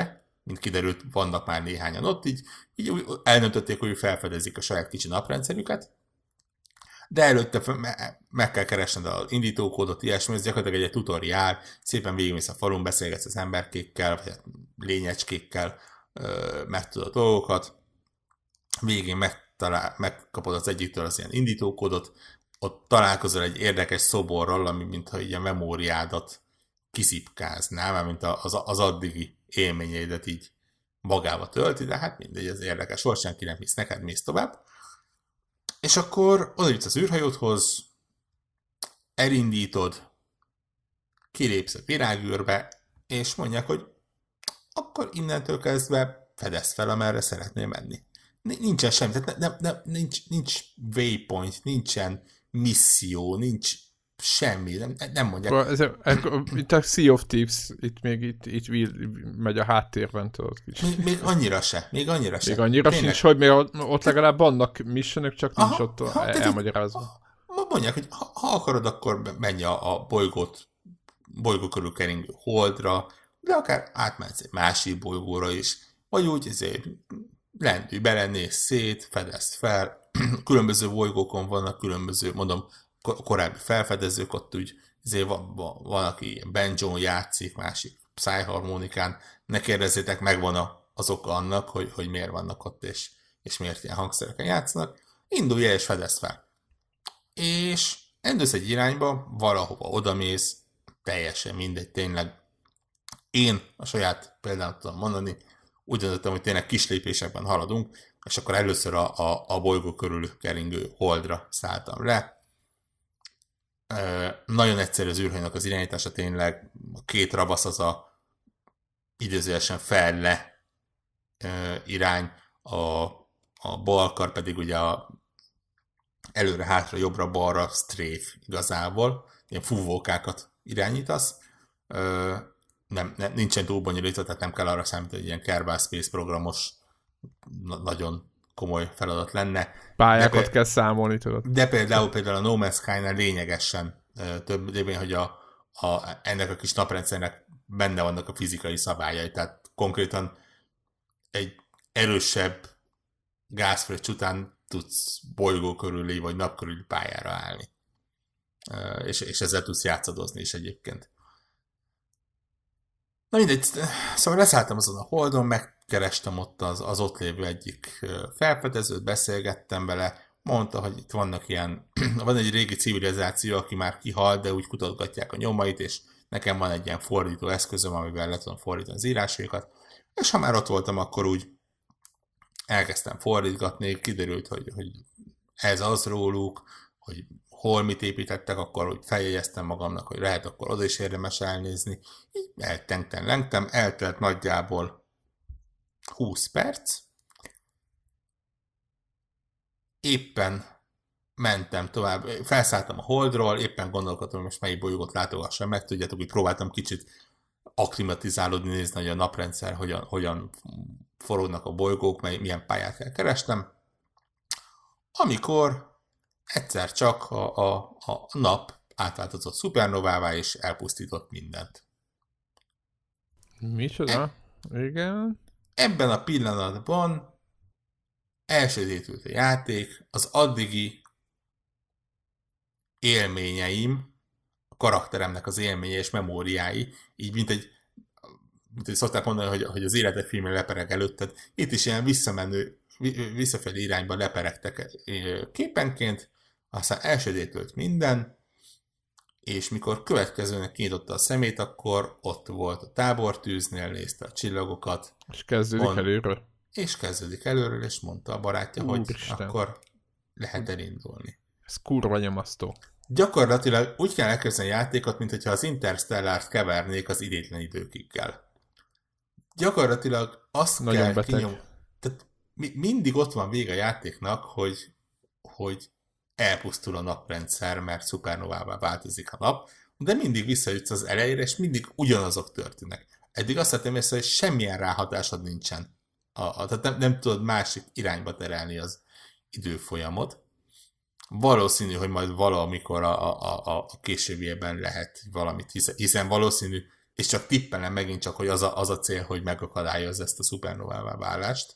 mint kiderült, vannak már néhányan ott, így eldöntötték, hogy felfedezik a saját kicsi naprendszerüket, de előtte meg kell keresned az indítókódot, ilyesmi, ez gyakorlatilag egy tutoriál, szépen végigmész a falun, beszélgetsz az emberkékkel, vagy lényecskékkel, megtudod a dolgokat, végén megkapod az egyiktől az ilyen indítókódot, ott találkozol egy érdekes szoborral, ami mintha így a memóriádat kiszipkázná, mert mint az addigi élményeidet így magába tölti, de hát mindegy, ez érdekes volt, senki nem hisz neked, mész tovább. És akkor oda jutsz az űrhajódhoz, elindítod, kilépsz a virágűrbe, és mondják, hogy akkor innentől kezdve fedezd fel, amerre szeretnél menni. Nincsen semmi, tehát nincs waypoint, nincsen misszió, nincs semmi, nem mondják. Itt a Sea of Thieves, itt megy a háttérben, tudod. Még annyira se. Még annyira sincs, hogy még ott legalább vannak missionök, csak nincs ott elmagyarázva. Mondják, hogy ha akarod, akkor menj a bolygó körül keringő holdra, de akár átmehetsz egy másik bolygóra is, vagy úgy ezért lendülj bele, nézz szét, fedezd fel, különböző bolygókon vannak különböző, mondom, korábbi felfedezők, ott úgy ezért van aki banjón játszik, másik szájharmonikán, ne kérdezzétek, megvan az oka annak, hogy miért vannak ott, és miért ilyen hangszereken játszanak. Indulj el és fedezd fel. És endősz egy irányba, valahova odamész, teljesen mindegy, tényleg. Én a saját például tudom mondani, úgy döntöttem, hogy tényleg kis lépésekben haladunk, és akkor először a bolygó körül keringő holdra szálltam le. Nagyon egyszerű az űrhajónak az irányítása, tényleg a két ravasz az a időzőesen fel-le irány, a balkar pedig ugye előre, hátra, jobbra, balra strafe igazából, ilyen fúvókákat irányítasz. Nincsen túl bonyolítva, tehát nem kell arra számítani, hogy ilyen Kerbal Space programos nagyon komoly feladat lenne. Pályákat kell számolni, tudod. De például a No Man's Sky-nál lényegesen több lévén, hogy ennek a kis naprendszernek benne vannak a fizikai szabályai, tehát konkrétan egy erősebb gázfröccs után tudsz bolygó körüli vagy nap körüli pályára állni. És ezzel tudsz játszadozni is egyébként. Na mindegy, szóval leszálltam azon a holdon, megkerestem ott az ott lévő egyik felfedezőt, beszélgettem vele, mondta, hogy itt vannak van egy régi civilizáció, aki már kihalt, de úgy kutatgatják a nyomait, és nekem van egy ilyen fordító eszközöm, amivel le tudom fordítani az írásaikat, és ha már ott voltam, akkor úgy elkezdtem fordítgatni, kiderült, hogy ez az róluk, hogy hol mit építettek, akkor úgy feljegyeztem magamnak, hogy lehet, akkor oda is érdemes elnézni. Így eltengtem, eltelt nagyjából 20 perc. Éppen mentem tovább, felszálltam a holdról, éppen gondolkodtam, hogy most melyik bolygót látogassam meg, tudjátok, hogy próbáltam kicsit akklimatizálódni, nézni, hogy a naprendszer hogyan forognak a bolygók, milyen pályát kell keresnem. Amikor egyszer csak a nap átváltozott szupernovává, és elpusztított mindent. Micsoda? Igen. Ebben a pillanatban elsötétült a játék, az addigi élményeim, a karakteremnek az élménye és memóriái, így mint egy szokták mondani, hogy az életed filmre lepereg előtted, itt is ilyen visszafelé irányba leperegtek képenként, aztán elsötétült minden, és mikor következőnek kinyitotta a szemét, akkor ott volt a tábortűznél, nézte a csillagokat. És kezdődik előről. És kezdődik előről, és mondta a barátja, hogy akkor lehet elindulni. Ez kurva nyomasztó. Gyakorlatilag úgy kell elképzelni a játékot, mint hogyha az Interstellárt kevernék az idétlen időkigkel. Gyakorlatilag azt nagyon kell kinyomni. Tehát mindig ott van vége a játéknak, hogy elpusztul a naprendszer, mert szupernovává változik a nap, de mindig visszajutsz az elejére, és mindig ugyanazok történnek. Eddig azt vettem észre, hogy semmilyen ráhatásod nincsen. Tehát nem tudod másik irányba terelni az időfolyamot. Valószínű, hogy majd valamikor a későbbiekben lehet valamit, hiszen valószínű, és csak tippelem megint csak, hogy az a cél, hogy megakadályozza ezt a szupernovává válást.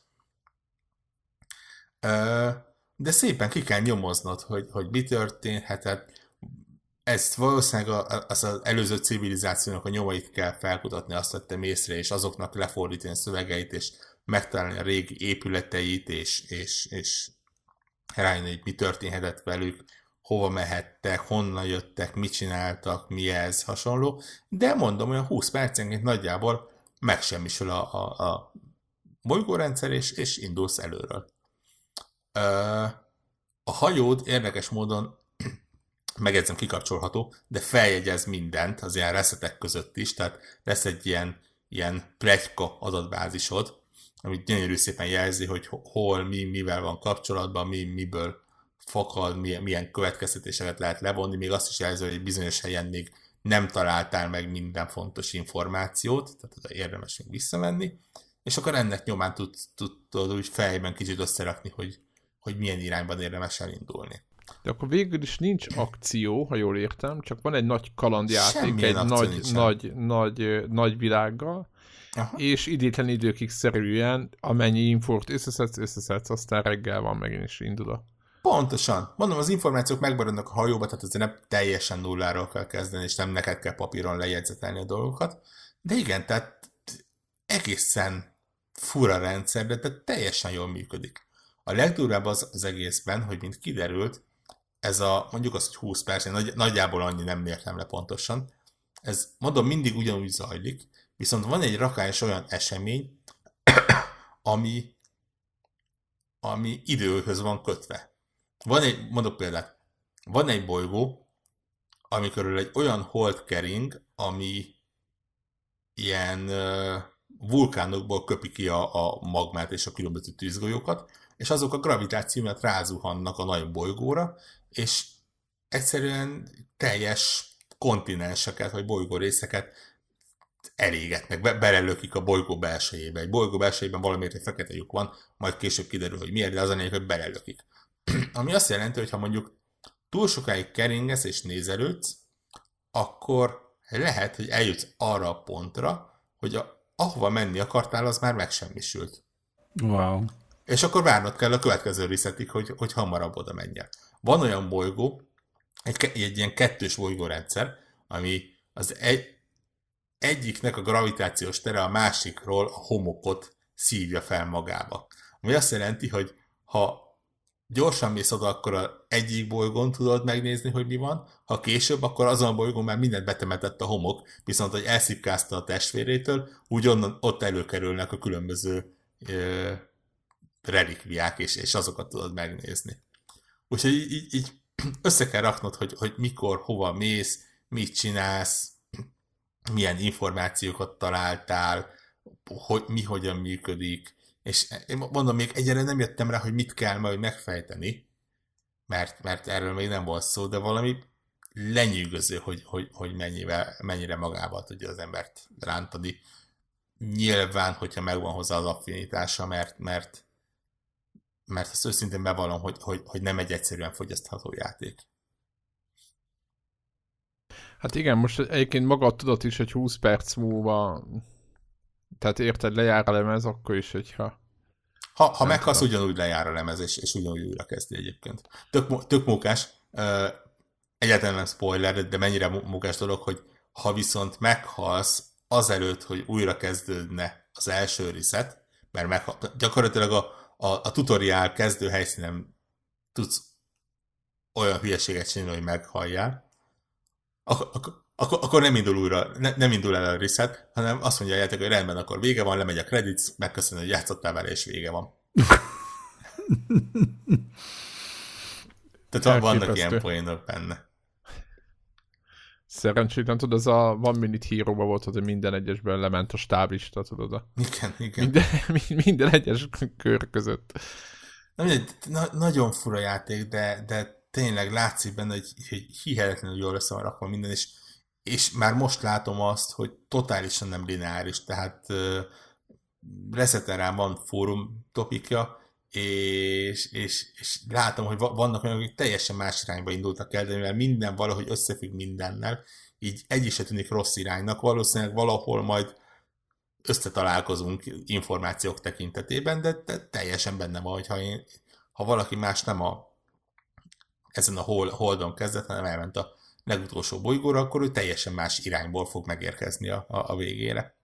De szépen ki kell nyomoznod, hogy mi történhetett. Ezt valószínűleg az előző civilizációnak a nyomait kell felkutatni, azt vettem észre, és azoknak lefordítani a szövegeit, és megtalálni a régi épületeit, és rájönni, hogy mi történhetett velük, hova mehettek, honnan jöttek, mit csináltak, mi ez, hasonló. De mondom, olyan 20 percenként nagyjából megsemmisül a bolygórendszer, és indulsz előről. A hajód érdekes módon, megjegyzem, kikapcsolható, de feljegyez mindent az ilyen reszetek között is, tehát lesz egy ilyen pletyka adatbázisod, amit gyönyörű szépen jelzi, hogy hol, mivel van kapcsolatban, miből fakad, milyen következtetéseket lehet levonni, még azt is jelzi, hogy bizonyos helyen még nem találtál meg minden fontos információt, tehát oda érdemes még visszamenni, és akkor ennek nyomán tudod úgy fejben kicsit összerakni, hogy milyen irányban érdemes elindulni. De akkor végül is nincs akció, ha jól értem, csak van egy nagy kalandjáték, Semmilyen egy nagy világgal, aha, és idétlen időkig szerűen, amennyi infort összeszedsz, aztán reggel van megint is indul a... Pontosan. Mondom, az információk megmaradnak a hajóba, tehát azért nem teljesen nulláról kell kezdeni, és nem neked kell papíron lejegyzetelni a dolgokat. De igen, tehát egészen fura rendszer, de teljesen jól működik. A legdurvább az egészben, hogy mint kiderült, ez mondjuk azt, hogy 20 perc, nagyjából annyi, nem értem le pontosan, ez mondom mindig ugyanúgy zajlik, viszont van egy rakás olyan esemény, ami időhöz van kötve. Mondok példát, van egy bolygó, amikor egy olyan hold kering, ami ilyen vulkánokból köpi ki a magmát és a különböző tűzgolyókat, és azok a gravitáció miatt rázuhannak a nagy bolygóra, és egyszerűen teljes kontinenseket, vagy bolygórészeket elégetnek, belelökik a bolygó belsejébe. Egy bolygó belsejében valamiért egy fekete lyuk van, majd később kiderül, hogy miért, de az a lényeg, hogy belelökik. Ami azt jelenti, hogy ha mondjuk túl sokáig keringesz és nézelődsz, akkor lehet, hogy eljutsz arra a pontra, hogy ahova menni akartál, az már megsemmisült. Wow. És akkor várnod kell a következő resetig, hogy hamarabb oda menjen. Van olyan bolygó, egy ilyen kettős bolygórendszer, ami az egyiknek a gravitációs tere a másikról a homokot szívja fel magába. Ami azt jelenti, hogy ha gyorsan mész oda, akkor az egyik bolygón tudod megnézni, hogy mi van, ha később, akkor azon a bolygón már mindent betemetett a homok, viszont hogy elszipkázta a testvérétől, úgy ott előkerülnek a különböző relikviák, és azokat tudod megnézni. Úgyhogy így össze kell raknod, hogy mikor, hova mész, mit csinálsz, milyen információkat találtál, mi hogyan működik, és én mondom, még egyre nem jöttem rá, hogy mit kell majd megfejteni, mert erről még nem volt szó, de valami lenyűgöző, hogy mennyire magával tudja az embert rántani. Nyilván, hogyha megvan hozzá az affinitása, mert azt őszintén bevallom, hogy nem egy egyszerűen fogyasztható játék. Hát igen, most egyébként magad tudod is, hogy 20 perc múlva, tehát érted, lejár a lemez, akkor is, hogyha... Ha meghalsz, ugyanúgy lejár a lemez, és ugyanúgy újra kezdi egyébként. Tök mókás, egyáltalán nem spoiler, de mennyire mókás dolog, hogy ha viszont meghalsz azelőtt, hogy újra kezdődne az első reset, mert gyakorlatilag a tutoriál kezdő helyszínen tudsz olyan hülyeséget csinálni, hogy meghalljál, akkor nem indul újra, nem indul el a reset, hanem azt mondja a játék, hogy rendben, akkor vége van, lemegy a credits, megköszönöm, hogy játszottál vele, és vége van. Tehát vannak ilyen poénok benne. Szerencsétlen, tudod, az a One Minute Hero-ban volt, hogy minden egyesben lement a stáblista, tudod? Igen. Minden egyes kör között. Nagyon fura játék, de tényleg látszik benne, hogy hihetetlenül jól össze van rakva minden, és már most látom azt, hogy totálisan nem lineáris, tehát Reseterán van fórum topikja, és látom, hogy vannak olyanok, akik teljesen más irányba indultak el, de mivel minden valahogy összefügg mindennel, így egy is se tűnik rossz iránynak, valószínűleg valahol majd összetalálkozunk információk tekintetében, de teljesen benne van, hogy ha valaki más nem ezen a Holdon kezdett, hanem elment a legutolsó bolygóra, akkor ő teljesen más irányból fog megérkezni a végére.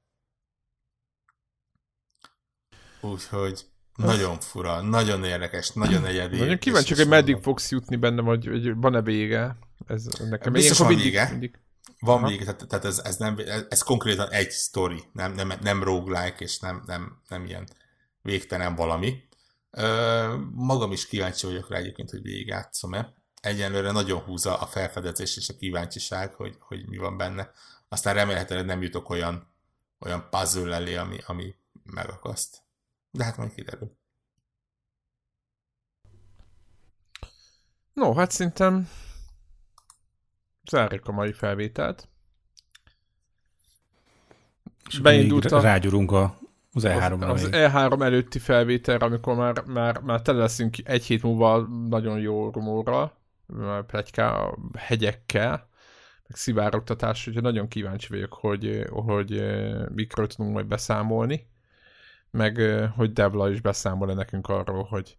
Úgyhogy nagyon fura, nagyon érdekes, nagyon egyedi. Nagyon kíváncsiak, hogy meddig fogsz jutni benne, vagy van-e vége? Ez nekem biztos van vége. Mindig. Van vége, tehát ez konkrétan egy sztori, nem roguelike, és nem ilyen végtelen valami. Magam is kíváncsi vagyok rá egyébként, hogy végigjátszom-e. Egyenlőre nagyon húzza a felfedezés és a kíváncsiság, hogy mi van benne. Aztán remélhetőleg nem jutok olyan puzzle elé, ami megakaszt. De hát majd kiderül. No, hát szerintem zárjuk a mai felvételt. És beindult rágyurunk az E3-ra. Az E3 előtti felvételre, amikor már tele leszünk egy hét múlva nagyon jó rumorral, pletyká, hegyekkel, meg szivárogtatás, úgyhogy nagyon kíváncsi vagyok, hogy mikről tudunk majd beszámolni, meg hogy Devla is beszámol nekünk arról, hogy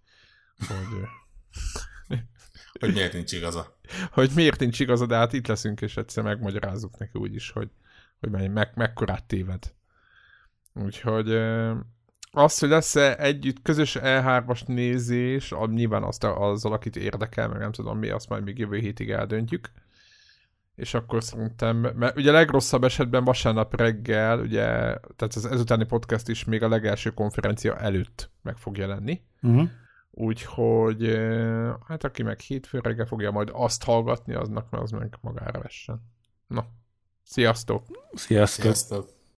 miért nincs igaza. Hogy miért nincs igaza, de hát itt leszünk, és egyszer megmagyarázzuk neki úgyis, hogy mekkorát téved. Úgyhogy az, hogy lesz-e együtt közös E3-as nézés, nyilván azzal, akit érdekel, meg nem tudom mi, azt majd még jövő hétig eldöntjük. És akkor szerintem, mert ugye a legrosszabb esetben vasárnap reggel, ugye, tehát az ezutáni podcast is még a legelső konferencia előtt meg fog jelenni. Uh-huh. Úgyhogy, hát aki meg hétfő reggel fogja majd azt hallgatni, az meg magára vessen. Na, sziasztok! Sziasztok!